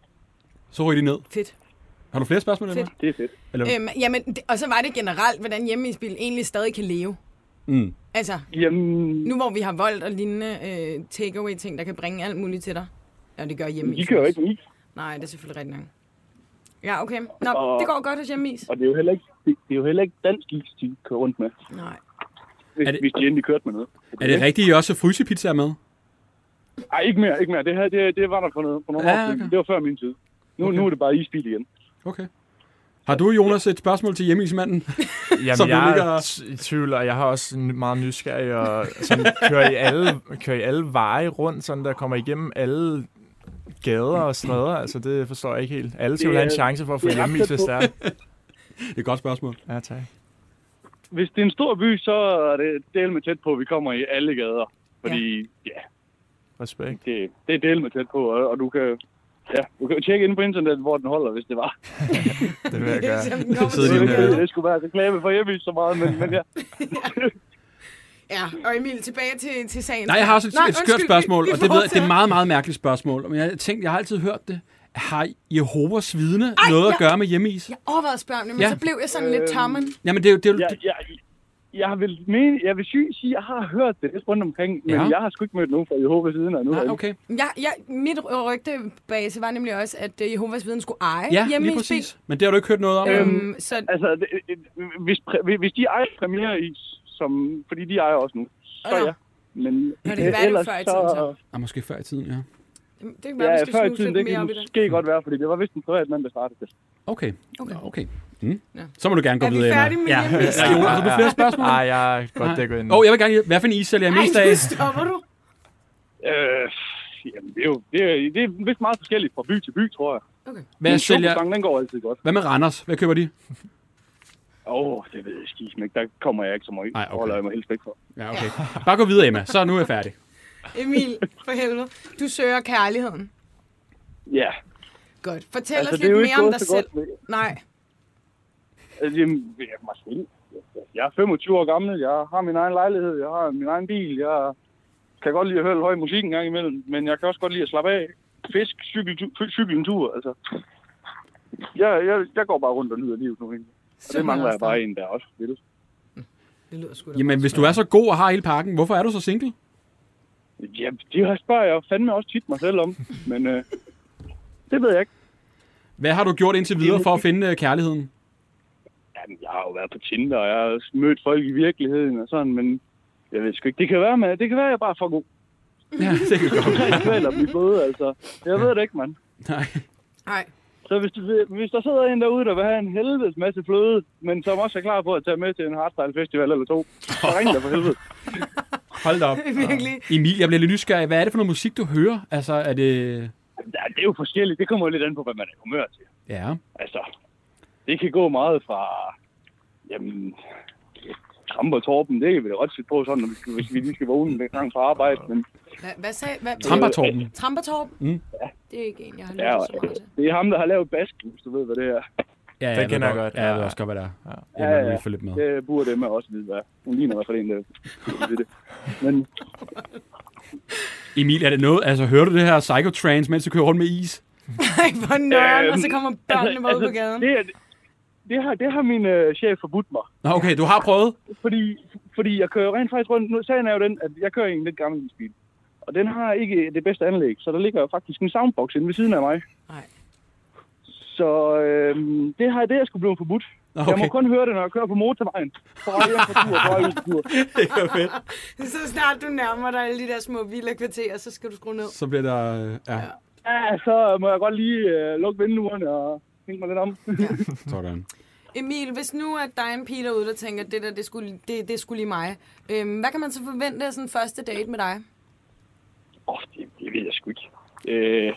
Så ryger de ned. Fedt. Har du flere spørgsmål? Fedt. Emma? det er fedt. Eller? Øhm, jamen, det, og så var det generelt, hvordan hjemmeisbil egentlig stadig kan leve. Mm. Altså, Jamen, nu hvor vi har voldt og lignende øh, takeaway-ting, der kan bringe alt muligt til dig. Ja, det gør hjemmeis. de kører jo også. ikke is. Nej, det er selvfølgelig rigtigt nok. Ja, okay. Nå, Og- det går godt hos hjemmeis. Og det er jo heller ikke, det, det er jo heller ikke dansk is, de kører rundt med. Nej. Hvis, Er det- hvis de endelig kørte med noget. Er det rigtigt, at I også har frysepizza med? Nej, ikke mere, ikke mere. Det her, det, det var der for, noget, for nogle Ja, år siden. okay. Det var før min tid. Nu, Okay. nu er det bare isbil igen. Okay. Har du, Jonas, et spørgsmål til hjemmeismanden? Jamen, Som du jeg ligger- er t- i tvivl, og jeg har også en meget nysgerrig, og sådan, kører, i alle, kører i alle veje rundt, sådan der kommer igennem alle gader og stræder. Altså, det forstår jeg ikke helt. Alle skal Det jo have en er- chance for at få det er ret hjemmeis, tæt hvis på. det er. Det er et godt spørgsmål. Ja, tak. Hvis det er en stor by, så er det del med tæt på, at vi kommer i alle gader. Fordi, ja, Respekt. det, det er del med tæt på, og, og du kan Ja, du kan jo tjekke ind på internettet, hvor den holder, hvis det var. Det vil jeg gøre. Det, det, det skulle være reklame for hjemme så meget, men, men ja. Ja, og Emil, tilbage til, til sagen. Nej, jeg har også et, Nej, et skørt spørgsmål, vi, vi og det, ved, det er et meget, meget mærkeligt spørgsmål. Men jeg tænkte, jeg har altid hørt det. Har Jehovas vidne Ej, noget at gøre med hjemmeis? Jeg overvejede at spørge om det, men ja. så blev jeg sådan øh, lidt tammen. Jamen, det er jo... Det er jo ja, ja, jeg vil mene, jeg vil sige, at jeg har hørt det rundt omkring, men ja. jeg har sgu ikke mødt nogen fra Jehovas vidner endnu. Ah, okay. Ja, ja, mit rygtebase var nemlig også, at Jehovas vidner skulle eje ja, hjemme lige præcis. Men det har du ikke hørt noget om? Øhm, så... Altså, det, hvis, hvis de ejer premiereis, som, fordi de ejer også nu, så ja. ja. Men Nå, det kan være ellers, det før i tiden, så. Ja, måske før i tiden, ja. Det kan være, ja, vi skal før i tiden, det kan måske godt være, fordi det var vist en privat mand, der startede det. Okay, okay. okay. Mm. Ja. Så må du gerne gå videre. Er vi færdige med ja. hjemmeis? Ja, Jonas, har du flere spørgsmål? Nej, jeg er godt dækket ind. Åh, oh, jeg vil gerne... Hvad for en is sælger jeg mest af? Ej, stopper du? Øh, jamen, det er jo det er, det er vist meget forskelligt fra by til by, tror jeg. Okay. Hvad sælger... Den går altid godt. Hvad med Randers? Hvad køber de? Åh, oh, det ved jeg skisme ikke. Der kommer jeg ikke så meget. Nej, okay. holder jeg mig helt væk for. Ja, okay. Bare gå videre, Emma. Så nu er jeg færdig. Emil, for helvede. Du søger kærligheden. Ja. Godt. Fortæl altså, os lidt mere om dig selv. Godt. Nej. Altså, jamen, jeg, jeg er femogtyve år gammel. Jeg har min egen lejlighed. Jeg har min egen bil. Jeg kan godt lide at høre høj musik en gang imellem. Men jeg kan også godt lide at slappe af. Fisk, cykel, cykel en tur. Altså. Jeg, jeg, jeg går bare rundt og nyder livet nu. Og det mangler jeg bare en, der også vil. Det lyder sgu da. Jamen, hvis du er så god og har hele pakken, hvorfor er du så single? Ja, det spørger jeg fandme også tit mig selv om. Men øh, det ved jeg ikke. Hvad har du gjort indtil videre for at finde kærligheden? Jamen, jeg har jo været på Tinder, og jeg har mødt folk i virkeligheden og sådan, men jeg ved sgu ikke. Det kan være, med, det kan være, at jeg bare er for god. Ja, det kan godt være. Det kan være, at blive både, altså. Jeg ved det ikke, mand. Nej. Nej. Så hvis, du, hvis der sidder en derude, der vil have en helvedes masse fløde, men som også er klar på at tage med til en hardstyle festival eller to, så ring der for helvede. Hold da op. Virkelig. Emil, jeg bliver lidt nysgerrig. Hvad er det for noget musik, du hører? Altså, er det... Ja, det er jo forskelligt. Det kommer lidt an på, hvad man er humør til. Ja. Altså, det kan gå meget fra... Jamen... Tramper Torben, det kan vi da godt sætte på sådan, hvis, hvis vi lige skal vågne en gang fra arbejde, men... Hvad, hvad sagde... Hvad, Tramper Torben. Tramper Torben? Mm. Ja. Det er ikke en, jeg har ja, lyttet så meget til. Det er ham, der har lavet basken, hvis du ved, hvad det er. Ja, det kender jeg godt. Ja, jeg ved også godt, hvad det er. Ja, ja, ja, ja. Lidt med. Det burde Emma også vide, hvad. Hun ligner i hvert fald en, der ved det. Men... Emil, er det noget... Altså, hører du det her psychotrance, mens du kører rundt med is? Nej, hvor nøren, og så kommer børnene altså, altså, på gaden. Det, er, det, har, det har min øh, chef forbudt mig. Okay, du har prøvet? Fordi, fordi jeg kører rent faktisk rundt... Nu sagen er jo den, at jeg kører i en lidt gammel bil. Og den har ikke det bedste anlæg, så der ligger jo faktisk en soundbox inde ved siden af mig. Nej. Så øh, det har det, jeg skulle blive forbudt. Okay. Jeg må kun høre det, når jeg kører på motorvejen. For vej hjem på tur, for vej ud på tur. Det er fedt. Så snart du nærmer dig alle de der små villa-kvarterer, så skal du skrue ned. Så bliver der... Øh, ja. Ja, så må jeg godt lige øh, lukke vinduerne og tænke mig lidt om. Ja. Sådan. Emil, hvis nu at der er en pige derude, der tænker, at det der, det skulle, det, det skulle lige mig. Øhm, hvad kan man så forvente af sådan en første date med dig? Åh, oh, det, det ved jeg sgu ikke. Øh,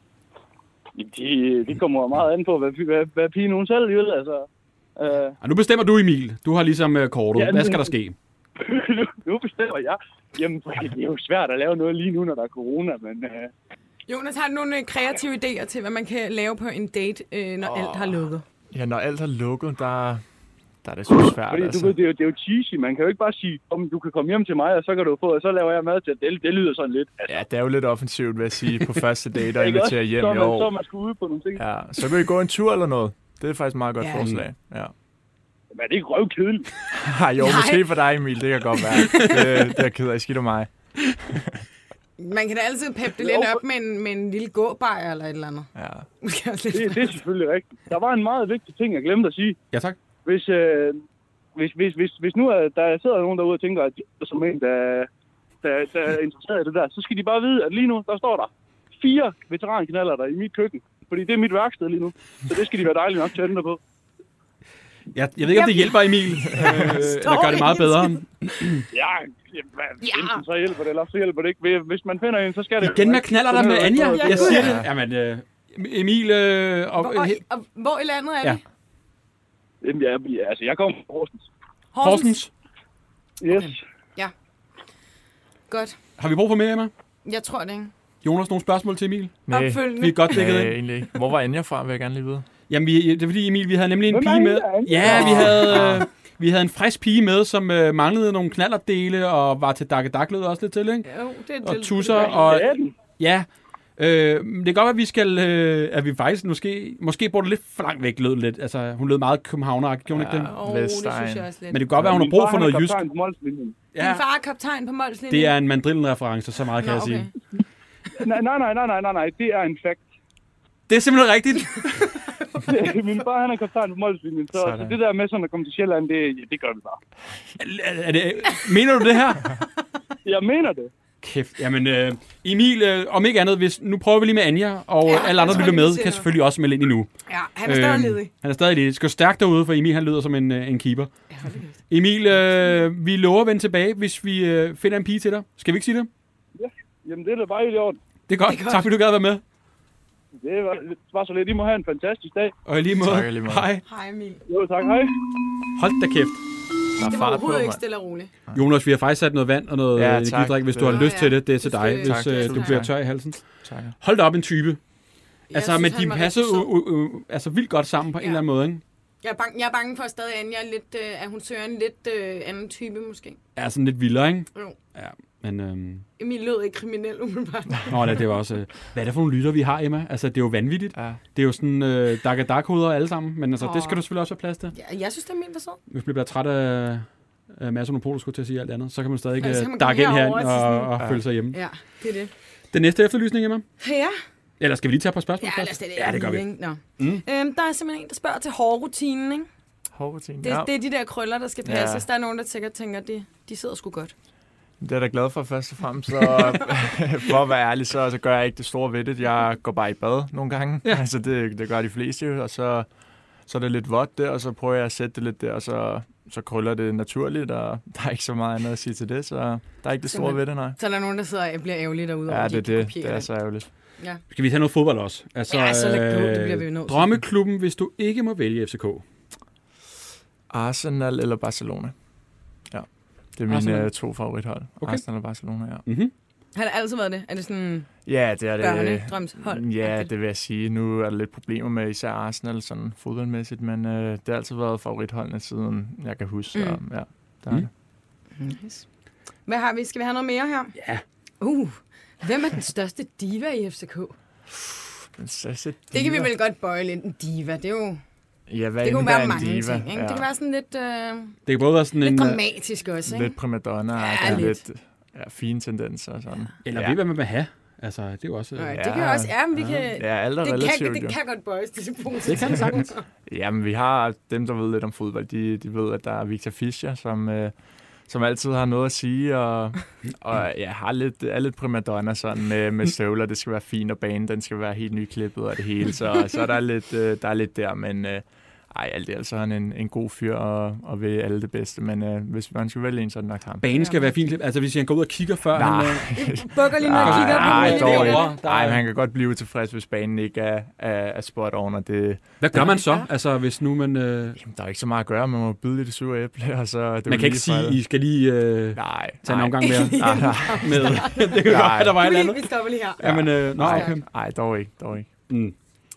det, det kommer meget an på, hvad, hvad, hvad pigen hun selv vil, altså. Øh, og nu bestemmer du, Emil. Du har ligesom uh, kortet. Ja, hvad skal der ske? nu, nu bestemmer jeg. Jamen, det er jo svært at lave noget lige nu, når der er corona, men... Øh, Jonas, har du nogle kreative idéer til, hvad man kan lave på en date, øh, når oh. alt har lukket? Ja, når alt har lukket, der, der er det så svært. Fordi, altså. du ved, det er, jo, det er jo cheesy. Man kan jo ikke bare sige, om du kan komme hjem til mig, og så kan du få, og så laver jeg mad til. Det, det lyder sådan lidt. Altså. Ja, det er jo lidt offensivt, vil jeg sige, på første date og invitere hjem så, i år. Så er man sgu ude på nogle ting. Ja, så kan I gå en tur eller noget. Det er faktisk et meget godt ja. forslag. Ja. Men er det ikke røvkedeligt? Nej, jo, måske for dig, Emil. Det kan godt være. Det, det er ked af. Skidt om mig. Man kan da altid peppe det lidt op med en, med en lille gåbajer eller et eller andet. Ja. det, det er selvfølgelig rigtigt. Der var en meget vigtig ting, jeg glemte at sige. Ja, tak. Hvis, øh, hvis, hvis, hvis, hvis nu er, der sidder nogen derude og tænker, at de som en, der, der, der er interesseret i det der, så skal de bare vide, at lige nu, der står der fire veterankanaler der i mit køkken. Fordi det er mit værksted lige nu. Så det skal de være dejlige nok til at ændre på. Jeg, jeg ved ikke, om det hjælper, Emil. øh, eller gør det meget bedre. ja, enten så hjælper det, eller så hjælper det ikke. Hvis man finder en, så skal det... Igen med knaller der med Anja. Jeg siger det. Jamen, øh, Emil... Øh, og, hvor, og, og hvor i landet er ja. vi? Jamen, jeg, altså, jeg kommer fra Horsens. Horsens? Yes. Okay. Ja. Godt. Har vi brug for mere, Emma? Jeg tror det ikke. Jonas, nogle spørgsmål til Emil? Nej, Opfølgende. Vi er godt dækket nej, ind. egentlig ikke. Hvor var Anja fra, vil jeg gerne lige vide. Jamen, vi, det er fordi, Emil, vi havde nemlig en Hvem er pige med. Anja? Ja, vi havde, øh, vi havde en frisk pige med, som øh, manglede nogle knallerdele og var til dakke daklød også lidt til, ikke? Jo, det er Og det. tusser, og Ja, den. ja. Øh, det kan godt være, at vi skal, øh, at vi faktisk måske, måske bor det lidt for langt væk, lød lidt. Altså, hun lød meget københavneragtig, gjorde hun ikke det? Åh, det synes Vestegn. jeg også lidt. Men det kan godt være, at hun har brug for noget jysk. Min far, han er kaptajn på Molslinjen. Ja, Din far er kaptajn på Molslinjen. det er en mandrillen-reference, så meget kan Nå, jeg okay. sige. Nej, nej, nej, nej, nej, nej, nej, det er en fact. Det er simpelthen rigtigt. Min far, han er kaptajn på Molslinjen, så, så det der med sådan at komme til Sjælland, det, ja, det gør vi bare. Er, er det, mener du det her? Jeg mener det. Kæft. Jamen, øh, Emil, øh, om ikke andet, hvis, nu prøver vi lige med Anja, og Ja, ja, alle andre, jeg der tror, lytter vi med, kan se kan noget. selvfølgelig også melde ind endnu. Ja, han er stadig ledig. Han er stadig ledig. Det skal stærkt derude, for Emil, han lyder som en, øh, en keeper. Ja, hold da kæft. Emil, øh, vi lover at vende tilbage, hvis vi øh, finder en pige til dig. Skal vi ikke sige det? Jamen, det er da bare i orden. Det er godt. Det er godt. Tak, fordi du gad være med. Det var, det var så lidt. I må have en fantastisk dag. Og i lige måde. Tak, i lige måde. Hej. Hej Emil. Jo, tak. Hej. Hold da kæft. Der er Det var fart på, overhovedet ikke mand. stille og roligt. Jonas, vi har faktisk sat noget vand og noget Ja, ja, tak. energidrik, hvis du har Ja, lyst ja. til det. Det er til Du dig, skal- hvis Tak, øh, tusind du bliver tak. tør i halsen. Tak. Hold da op en type. Jeg Altså, synes, men han de var passer rigtig sød. jo, jo, altså vildt godt sammen på en Ja. eller anden måde, ikke? Jeg er bange, jeg er bange for at stadig Anja er lidt, øh, at hun søger en lidt øh, anden type måske. Er sådan lidt vildere, ikke? Jo. Ja, men... Øhm, Emil lød ikke kriminel umiddelbart. nå, det, det var også... Øh, hvad er det for nogle lytter, vi har, Emma? Altså, det er jo vanvittigt. Ja. Det er jo sådan øh, dak dak hoveder alle sammen, men altså, det skal du selvfølgelig også have plads til. Ja, jeg synes, det er Emil, der så. Hvis man bliver træt af øh, Mads Monopol, skulle til at sige alt andet, så kan man stadig Ja, ikke så øh, kan man dakke ind komme her herover til og, sådan- og Ja. føle sig hjemme. Ja, det er det. Den næste efterlysning, Emma? Ja, Eller skal vi lige tage et par spørgsmål ja lad os først? det. Ja, det gør vi. Ikke? Nå. Mm. Øhm, der er simpelthen en, der spørger til hårrutinen, ikke? Hårrutine. Det, Ja. det er de der krøller, der skal Ja. passes. Der er nogen, der sikkert tænker, at de, de sidder sgu godt. Det er jeg da glad for først og fremmest. Så, for at være ærlig, så, så gør jeg ikke det store ved det. Jeg går bare i bad nogle gange. Ja. Altså, det, det gør de fleste jo. Og så, så er det lidt vådt der, og så prøver jeg at sætte det lidt der, og så, så krøller det naturligt, og der er ikke så meget andet at sige til det. Så der er ikke det store ved det, nej. Så er der nogen, der sidder og bliver ærgerlige derude over, Ja, at de det er ikke det. kopierer Det er så ærgerligt. Ja. Skal vi tage noget fodbold også? Altså, Ja, så lad gå, det bliver vi jo nødt til. Drømmeklubben, hvis du ikke må vælge F C K. Arsenal eller Barcelona? Ja. Det er mine Arsenal. uh, to favorithold. Okay. Arsenal og Barcelona, ja. Mm-hmm. Har det altid været det? Er det sådan Ja, det er det. børnedrømshold? Ja, det vil jeg sige. Nu er der lidt problemer med især Arsenal, sådan fodboldmæssigt, men øh, det har altid været favoritholdene siden jeg kan huske. Mm. Så, ja, der er Mm. det. Nice. Hvad har vi? Skal vi have noget mere her? Ja. Uh, hvem er den største diva i F C K? Den største Det kan vi diva. vel godt bøje lidt. En diva, det er jo... Ja, hvad Det kunne indebærer være en mange diva? ting, ikke? Det kan være sådan lidt, øh, Det kan både være sådan lidt en... øh, dramatisk også, ikke? Lidt primadonna, Ja, ja, lidt. lidt ja, fine tendenser og sådan. Eller ja. ved, hvad man vil have. Altså, det er jo også... Nej, Øh, det kan også... Ja, men vi kan... Ja, alt er Det relativt, kan, jo. det kan godt bøjes til det punkt. det kan det sagtens. Jamen, vi har dem, der ved lidt om fodbold, de, de ved, at der er Victor Fischer, som, øh, som altid har noget at sige, og, og ja, har lidt, er lidt primadonna sådan med, med støvler. Det skal være fint, og banen den skal være helt nyklippet og det hele, så, så der, er lidt, øh, der er lidt der, men øh, ej, alt det er altså han en, en god fyr og, og vil alle det bedste, men øh, hvis man skal vælge en, så er det nok ham. Banen skal være fint. Altså, hvis han går ud og kigger før... Nej. Han, øh, Bukker lige ned og kigger på Nej, det. dog derovre. ikke. Der er- Nej, men han kan godt blive tilfreds, hvis banen ikke er, er, er spot on, og det, hvad gør man så? Altså, hvis nu man... Øh, jamen, der er ikke så meget at gøre. Man må byde lidt det sure æble, og så... Det er man jo kan ikke lige sige, for- I skal lige øh, Nej, tage en nej. omgang mere. Nej, nej. med. Det kan godt være, der var et eller Vi, andet. vi stopper lige her. Jamen, øh, nå, Nej, okay. nej, dog ikke, dog ikke. Mm.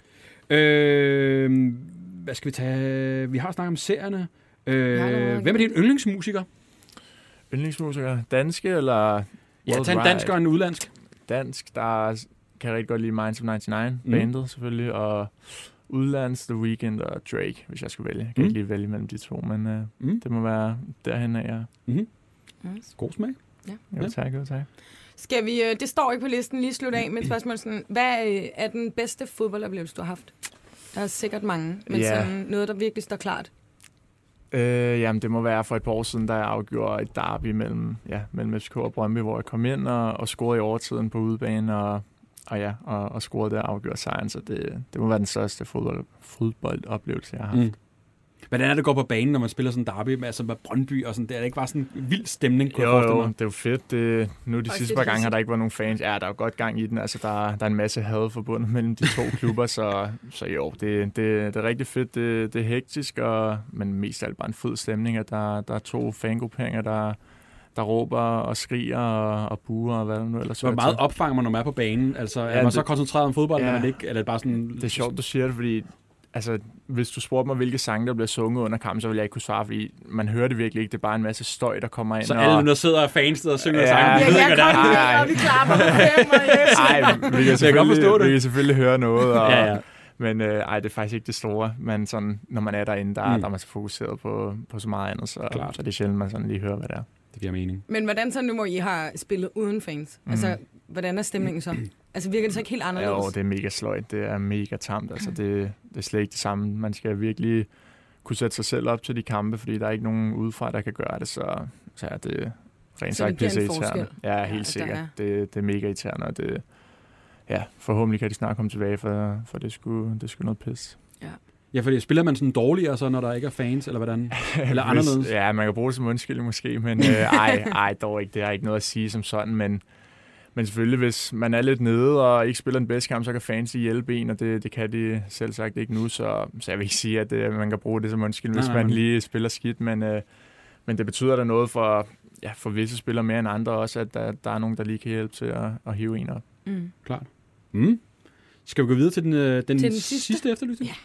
Øh, hvad skal vi tage? Vi har snakket om serierne. Øh, Ja, der var- hvem er din yndlingsmusiker? Yndlingsmusikere, danske eller Ja, tag en worldwide? dansk og en udlandsk. Dansk, der kan jeg rigtig godt lide Minds of nioghalvfems, Mm. bandet selvfølgelig, og udlands, The Weeknd og Drake, hvis jeg skulle vælge. Jeg kan Mm. ikke lige vælge mellem de to, men øh, Mm. det må være derhen af, jeg... Mm-hmm. Nice. God smag. Jo, Ja. tak, jo, tak. Skal vi, øh, det står ikke på listen, lige slutte af med et spørgsmål sådan, hvad øh, er den bedste fodboldoplevelse, du har haft? Der er sikkert mange, men Ja. sådan noget, der virkelig står klart. Øh, jamen, det må være for et par år siden, da jeg afgjorde et derby mellem, ja, mellem F C K og Brøndby, hvor jeg kom ind og, og scorede i overtiden på udebane, og, og ja, og, og scorede der og afgjorde sejren, så det, det må være den største fodbold, fodboldoplevelse, jeg har haft. Mm. Hvordan er det at gå på banen, når man spiller sådan en derby med, altså med Brøndby og sådan? Det er det ikke bare sådan en vild stemning, kunne Jo, jeg forestille jo, mig? det er jo fedt. Det, nu de Og sidste fedt par gange har hissigt. der ikke været nogen fans. Ja, der er jo godt gang i den. Altså, der, der er en masse had forbundet mellem de to klubber, så, så jo, det, det, det er rigtig fedt. Det, det er hektisk, og, men mest af alt bare en fed stemning, at der, der er to fangrupperinger, der, der råber og skriger og, og buer og hvad nu ellers. Hvor meget opfanger man, når man er på banen? Altså, er Ja, man det- så koncentreret om fodbold, Ja. eller, man ikke, eller er det bare sådan... Det er sjovt, du siger det, fordi altså, hvis du spurgte mig, hvilke sange, der bliver sunget under kampen, så ville jeg ikke kunne svare, fordi man hører det virkelig ikke. Det er bare en masse støj, der kommer ind. Så og... alle, der sidder og fans, der synger Ja. sange, Ja, de ved jeg ikke, hvad det kom er. med, og vi klapper på fem, og yes. Ej, vi kan, Jeg kan godt forstå selvfølgelig, det. vi kan selvfølgelig høre noget, og, Ja, ja. men øh, ej, det er faktisk ikke det store. Men sådan, når man er derinde, der, Mm. mm. der er man så fokuseret på, på så meget andet, så, Klart. så det er sjældent, man sådan lige hører, hvad det er. Det giver mening. Men hvordan så nu, hvor I har spillet uden fans? Mm. Altså, hvordan er stemningen så? Altså, virker det så ikke helt Ja, anderledes? jo, det er mega sløjt. Det er mega tamt. Altså, det, det er slet ikke det samme. Man skal virkelig kunne sætte sig selv op til de kampe, fordi der er ikke nogen udefra, der kan gøre det, så, så er det rent Så det sagt bliver en pisse forskel? irriterende. Ja, Ja, helt der sikkert. er- Det, det er mega irriterende, og det, ja, forhåbentlig kan de snart komme tilbage, for, for det skulle det skulle noget pis. Ja, fordi spiller man sådan dårligere, så, når der ikke er fans, eller hvordan? Eller anderledes? Hvis, ja, man kan bruge det som undskyldning måske, men øh, ej, ej, dog ikke. Det har ikke noget at sige som sådan, men, men selvfølgelig, hvis man er lidt nede og ikke spiller den bedste kamp, så kan fans hjælpe en, og det, det kan de selv sagt ikke nu, så, så jeg vil ikke sige, at øh, man kan bruge det som undskyldning, hvis Nej, nej, man nej. lige spiller skidt, men, øh, men det betyder da noget for, ja, for visse spillere mere end andre også, at der, der er nogen, der lige kan hjælpe til at, at hive en op. Mm. Klart. Mm. Skal vi gå videre til den, øh, den, den den sidste? sidste, sidste efterlysning? Ja.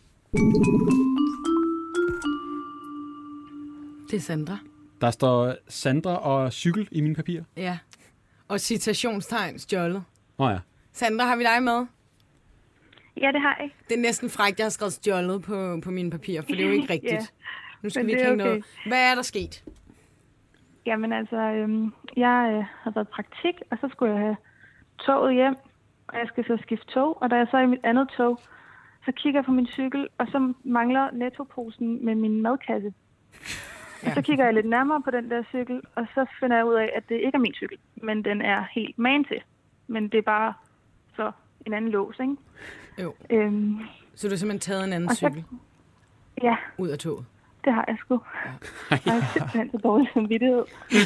Det er Sandra. Der står Sandra og cykel i mine papirer. Ja. Og citationstegn stjålet. Nå ja. Sandra, har vi dig med? Ja, det har jeg. Det er næsten frækt, jeg har skrevet stjålet på, på mine papirer, for det er jo ikke rigtigt. Ja, Nu skal men vi det ikke er hænge okay. noget. Hvad er der sket? Jamen altså, øhm, jeg øh, har været i praktik, og så skulle jeg have toget hjem, og jeg skal så skifte tog, og da jeg så er i mit andet tog, så kigger jeg på min cykel, og så mangler nettoposen med min madkasse. Og så kigger jeg lidt nærmere på den der cykel, og så finder jeg ud af, at det ikke er min cykel, men den er helt man til. Men det er bare så en anden lås, ikke? Jo. Øhm, Så du har simpelthen taget en anden og så, cykel ja, ud af toget? det har jeg sgu. Jeg har simpelthen så dårlig samvittighed.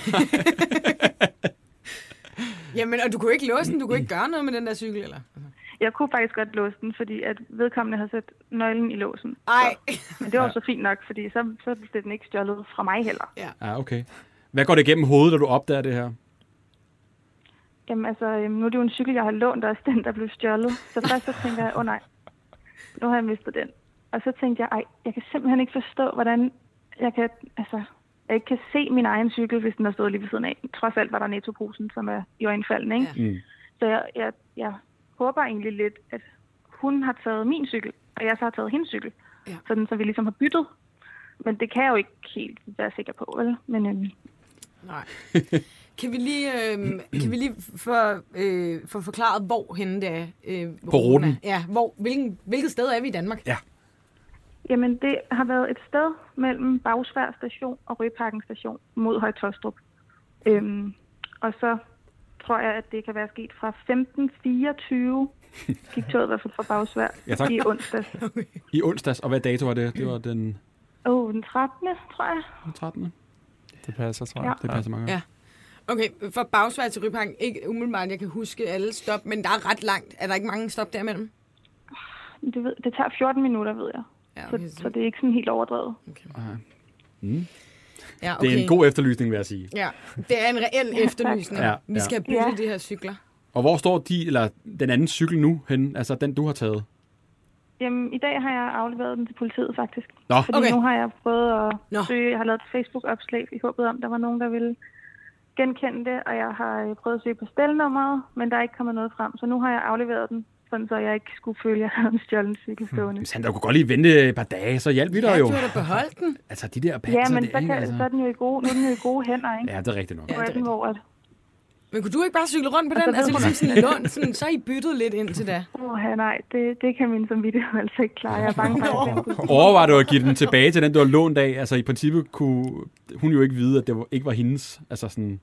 Jamen, og du kunne ikke låse den? Du kunne ikke gøre noget med den der cykel, eller? Jeg kunne faktisk godt låse den, fordi at vedkommende havde sat nøglen i låsen. Ej. Men det var så fint nok, fordi så, så blev den ikke stjålet fra mig heller. Ja, okay. Hvad går det igennem hovedet, da du opdager det her? Jamen altså, øhm, nu er det jo en cykel, jeg har lånt også, den der blev stjålet. Så først så tænker jeg, åh oh, nej, nu har jeg mistet den. Og så tænkte jeg, ej, jeg kan simpelthen ikke forstå, hvordan jeg kan, altså, jeg ikke kan se min egen cykel, hvis den har stået lige ved siden af. Trods alt var der nettoposen, som er i øjenfaldene, ikke? Mm. Så jeg, jeg, jeg håber egentlig lidt, at hun har taget min cykel, og jeg så har taget hendes cykel. Ja. Sådan, så vi ligesom har byttet. Men det kan jeg jo ikke helt være sikker på, vel? Men øhm, Nej. Kan vi lige, øh, kan vi lige få, øh, få forklaret, hvor henne det er? Øh, hvor På hun ruten? er? Ja, hvor, hvilken, hvilket sted er vi i Danmark? Ja. jamen, det har været et sted mellem Bagsværd station og Rødparken station mod Høje-Taastrup. Øhm, og så tror jeg, at det kan være sket fra femten fireogtyve, gik toget i hvert fald fra Bagsværd, Ja, tak. i onsdags. I onsdags, og hvad dato var det? Det var den, Åh, oh, den trettende, tror jeg. den trettende. Det passer, tror jeg. Ja. Det passer mange. Ja. Okay, fra Bagsværd til Ryparken, ikke umiddelbart, jeg kan huske alle stop, men der er ret langt. Er der ikke mange stop derimellem? Det, ved, det tager fjorten minutter, ved jeg. Ja, Så, okay. så det er ikke sådan helt overdrevet. Mm. Ja, okay. Det er en god efterlysning, vil jeg sige. Ja, det er en reel efterlysning. Ja, Vi ja. skal bytte Ja. de her cykler. Og hvor står de, eller den anden cykel nu henne? Altså den, du har taget? Jamen, i dag har jeg afleveret den til politiet, faktisk. Nå. Fordi Okay. nu har jeg prøvet at Nå. søge. Jeg har lavet et Facebook-opslag i håbet om, der var nogen, der ville genkende det. Og jeg har øh, prøvet at søge på stelnummeret, men der er ikke kommet noget frem. Så nu har jeg afleveret den, sådan så jeg ikke skulle føle, at jeg havde en stjålen cykel stående. Sandra, du kunne godt lige vente et par dage, så hjalp vi dig Ja, jo. du har da beholdt den. Altså de der panser, Ja, men det, så, ikke? kan, Altså. så er den jo i gode, nu er den jo i gode hænder, ikke? Ja, det er rigtigt nok. Ja, Hvor det er er den, hvor at, Men kunne du ikke bare cykle rundt på Og så den? Altså ved ligesom sådan en lån, sådan, så er I byttet lidt ind til da. åh, ja, nej, det, det kan min samvittighed altså ikke klare. Jeg er bange for, at jeg skal- Overvej du at give den tilbage til den, du har lånt af? Altså i princippet kunne hun jo ikke vide, at det var, ikke var hendes. Altså sådan...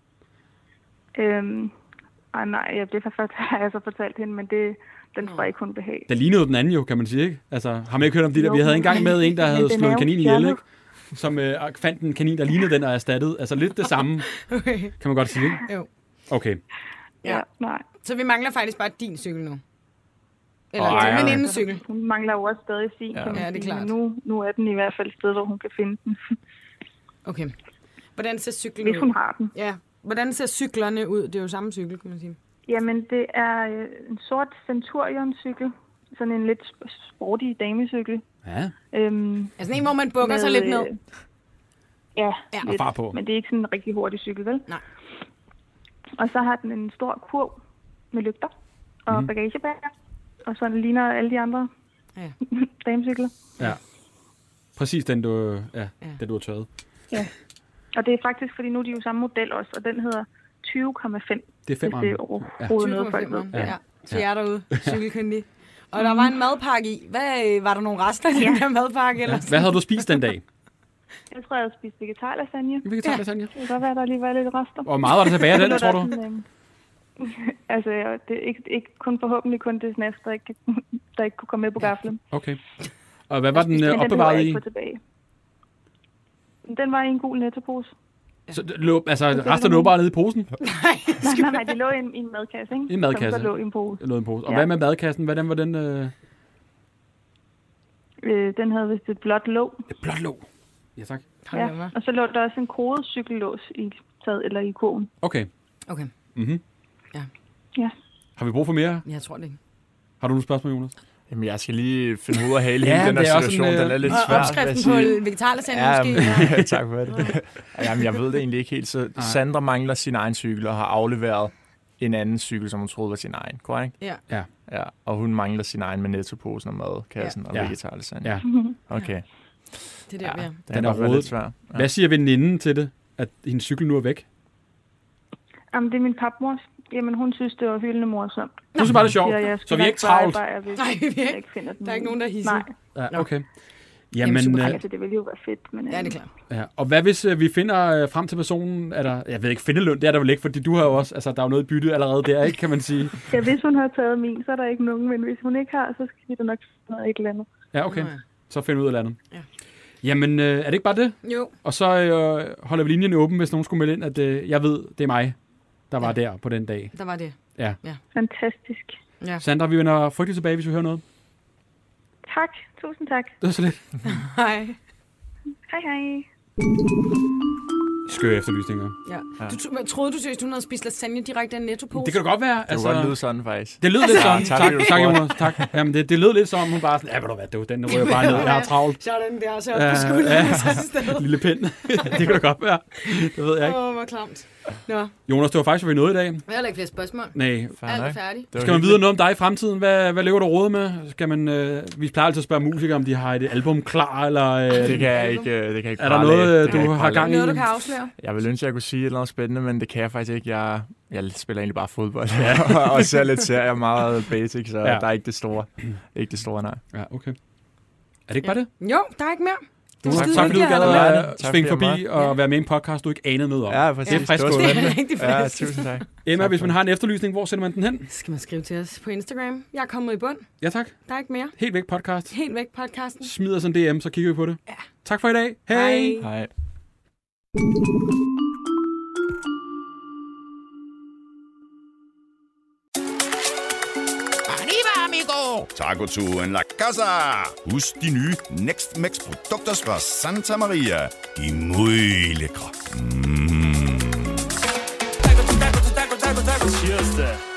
Øhm, ej, nej, jeg det har jeg så fortalt hende, men det, den tror jeg ikke, hun behag. Der lignede den anden jo, kan man sige, ikke? Altså, har man ikke hørt om de der? Jo, Vi havde engang med en, der men havde den er slået en jo kanin ihjel, stjålet. ikke? Som øh, fandt en kanin, der lignede den og erstattet. Altså lidt det samme, Okay. kan man godt sige, ikke? Jo. Okay. Ja, nej. Så vi mangler faktisk bare din cykel nu. Eller Ej, din ja. venindens cykel. Hun mangler jo også stadig sin, Ja. kan man Ja, det er sige, klart. men nu, nu er den i hvert fald et sted, hvor hun kan finde den. Okay. Hvordan ser cyklen hvis ud? hun har den. Ja. Hvordan ser cyklerne ud? Det er jo samme cykel, kan man sige. Jamen, det er øh, en sort Centurion-cykel. Sådan en lidt sp- sporty damecykel. Ja. Øhm, Altså en, hvor man bukker sig lidt ned. Øh, ja, Ja. lidt, Og far på. men det er ikke sådan en rigtig hurtig cykel, vel? Nej. Og så har den en stor kurv med lygter og mm. bagagebærer. Og sådan ligner alle de andre Ja. damecykler. Ja. Præcis den, du, ja, Ja. den, du har taget. Ja. Og det er faktisk, fordi nu er de jo samme model også, og den hedder tyve komma fem. Det er femeren. Hvis det er overhovedet noget, folk ved. Ja. ja. Så jeg er derude, cykelkyndig. Og der var en madpakke i. Hvad, øh, var der nogle rester i den der madpakke? Eller Ja. Hvad havde du spist den dag? Jeg tror, jeg havde spist vegetarlasagne. Vegetarlasagne. Det kan godt være, at der lige var lidt rester. Hvor meget var der tilbage af den, Så tror lå du? der sådan, øhm, altså, ja, det er ikke, ikke kun forhåbentlig kun det snaps, der ikke, der ikke kunne komme med på gaflen. Okay. Og hvad var den Men øh, den opbevaret behøver jeg i? ikke få tilbage. Den var i en gul nettopose. Så det lå, altså, det resterne lå bare nede i posen? Nej, nej, nej, det lå i en, i en madkasse, ikke? I en madkasse? Som der lå i en pose. Det lå i en pose. Og Ja. hvad med madkassen? Hvordan var den? Øh... Øh, den havde vist et blåt låg. Et blåt låg. Ja, tak. Ja. Og så lå der også en kodet cykellås i taget eller i kurven. Okay. Okay. Mm-hmm. Ja. Ja. Har vi brug for mere? Jeg tror det ikke. Har du nogle spørgsmål, Jonas? Jamen, jeg skal lige finde hoved og hale i Ja, hele den her det er også situation. en, øh, Den er lidt Og svær. opskriften på vegetarlasagne Ja, måske. men, tak for det. Jamen, jeg ved det egentlig ikke helt. Så Sandra mangler sin egen cykel og har afleveret en anden cykel, som hun troede var sin egen. Korrekt? Ja. Ja. Ja, og hun mangler sin egen med nettoposen og madkassen Ja. og Ja. vegetarlasagne. Ja. Okay. Det er der, vi er. Den, Den er er godt være rodet. lidt svær. Ja. Hvad siger veninden til det, at hendes cykel nu er væk? Jamen, det er min papmors. Jamen, hun synes, det var hyldende morsomt. Du synes bare, det er sjovt. Siger, jeg skal Så vi er nok ikke travlt. bare, bare, hvis Nej, vi er jeg ikke. ikke finder den. Der er ikke nogen, der hisser. Nej, Ja, okay. Jamen, Jamen, super. øh, altså, det ville jo være fedt. Men, Ja, øhm, det er klart. ja. Og hvad hvis øh, vi finder øh, frem til personen? Er der, jeg ved ikke, findeløn, det er der vel ikke, fordi du har jo også, altså der er jo noget i bytte allerede der, ikke, kan man sige. Ja, hvis hun har taget min, så er der ikke nogen. Men hvis hun ikke har, så skal vi da nok finde noget et eller andet. Ja, okay. Nå ja. Så finder vi ud af landet. Ja. Jamen, øh, er det ikke bare det? Jo. Og så øh, holder vi linjen åben, hvis nogen skulle melde ind, at øh, jeg ved, det er mig, der var Ja. der på den dag. Der var det. Ja. Ja. Fantastisk. Ja. Sandra, vi vender frygteligt tilbage, hvis vi hører noget. Tak. Tusind tak. Det var så lidt. Hej. Hej, hej. Skøre efterlysninger. Ja. Du tro- men troede du seriøst, hun havde spist lasagne direkte af en nettopose? Det kan det godt være. Det kunne godt lyde sådan, faktisk. Det lød lidt sådan. tak, tak, fordi du tak, spurgte. Jonas. Tak. Jamen, det, det lød lidt som, hun bare sådan, ja, ved du hvad, det var den, der ryger bare ned. Jeg har travlt. Sådan der, så Ja, på skulderen. ja. Ja. Lille pind. Det kan det godt være. Det ved jeg ikke. Åh, hvor klamt. Nå, Jonas, det var faktisk, hvad vi nåede i dag. vi har heller ikke flere spørgsmål. Nej. Fair Alt er nok. færdigt. Det var Skal man hyggeligt. vide noget om dig i fremtiden? Hvad, hvad lever du råd med? Skal man, øh, vi plejer altid at spørge musikere, om de har et album klar, eller øh, Det kan jeg ikke, øh, det kan jeg ikke er der prale af. noget, Det kan du jeg ikke har prale af. gang i? Noget, du kan afsløre? Jeg vil ønske, at jeg kunne sige et eller andet spændende, men det kan jeg faktisk ikke. Jeg, jeg spiller egentlig bare fodbold, ja. og ser lidt serier, meget basic, så Ja. ja. der er ikke det store. Ikke det store, nej. Ja, okay. Er det ikke bare det? Jo, der er ikke mere. Du, var tak, skide tak fordi du hyggeligt gad at have dig at med. øh, Tak, svinge fordi jeg forbi måtte. og være med i en podcast, du ikke anede noget om. Ja, præcis. Det er frisk var gået. Det spændende. er rigtig Ja, frisk. tusind tak. Emma, hvis man har en efterlysning, hvor sender man den hen? Skal man skrive til os på Instagram? Jeg er kommet i bund. Ja, tak. Der er ikke mere. Helt væk podcast. Helt væk podcasten. Smid os en D M, så kigger vi på det. Ja. Tak for i dag. Hej. Hej. Hej. Arriba, amigo! Taco to en la casa! Husk de nye Next Max produkter fra Santa Maria. De er muy lækre. Mm. Taco, taco, taco, taco, taco, taco. Cheers da.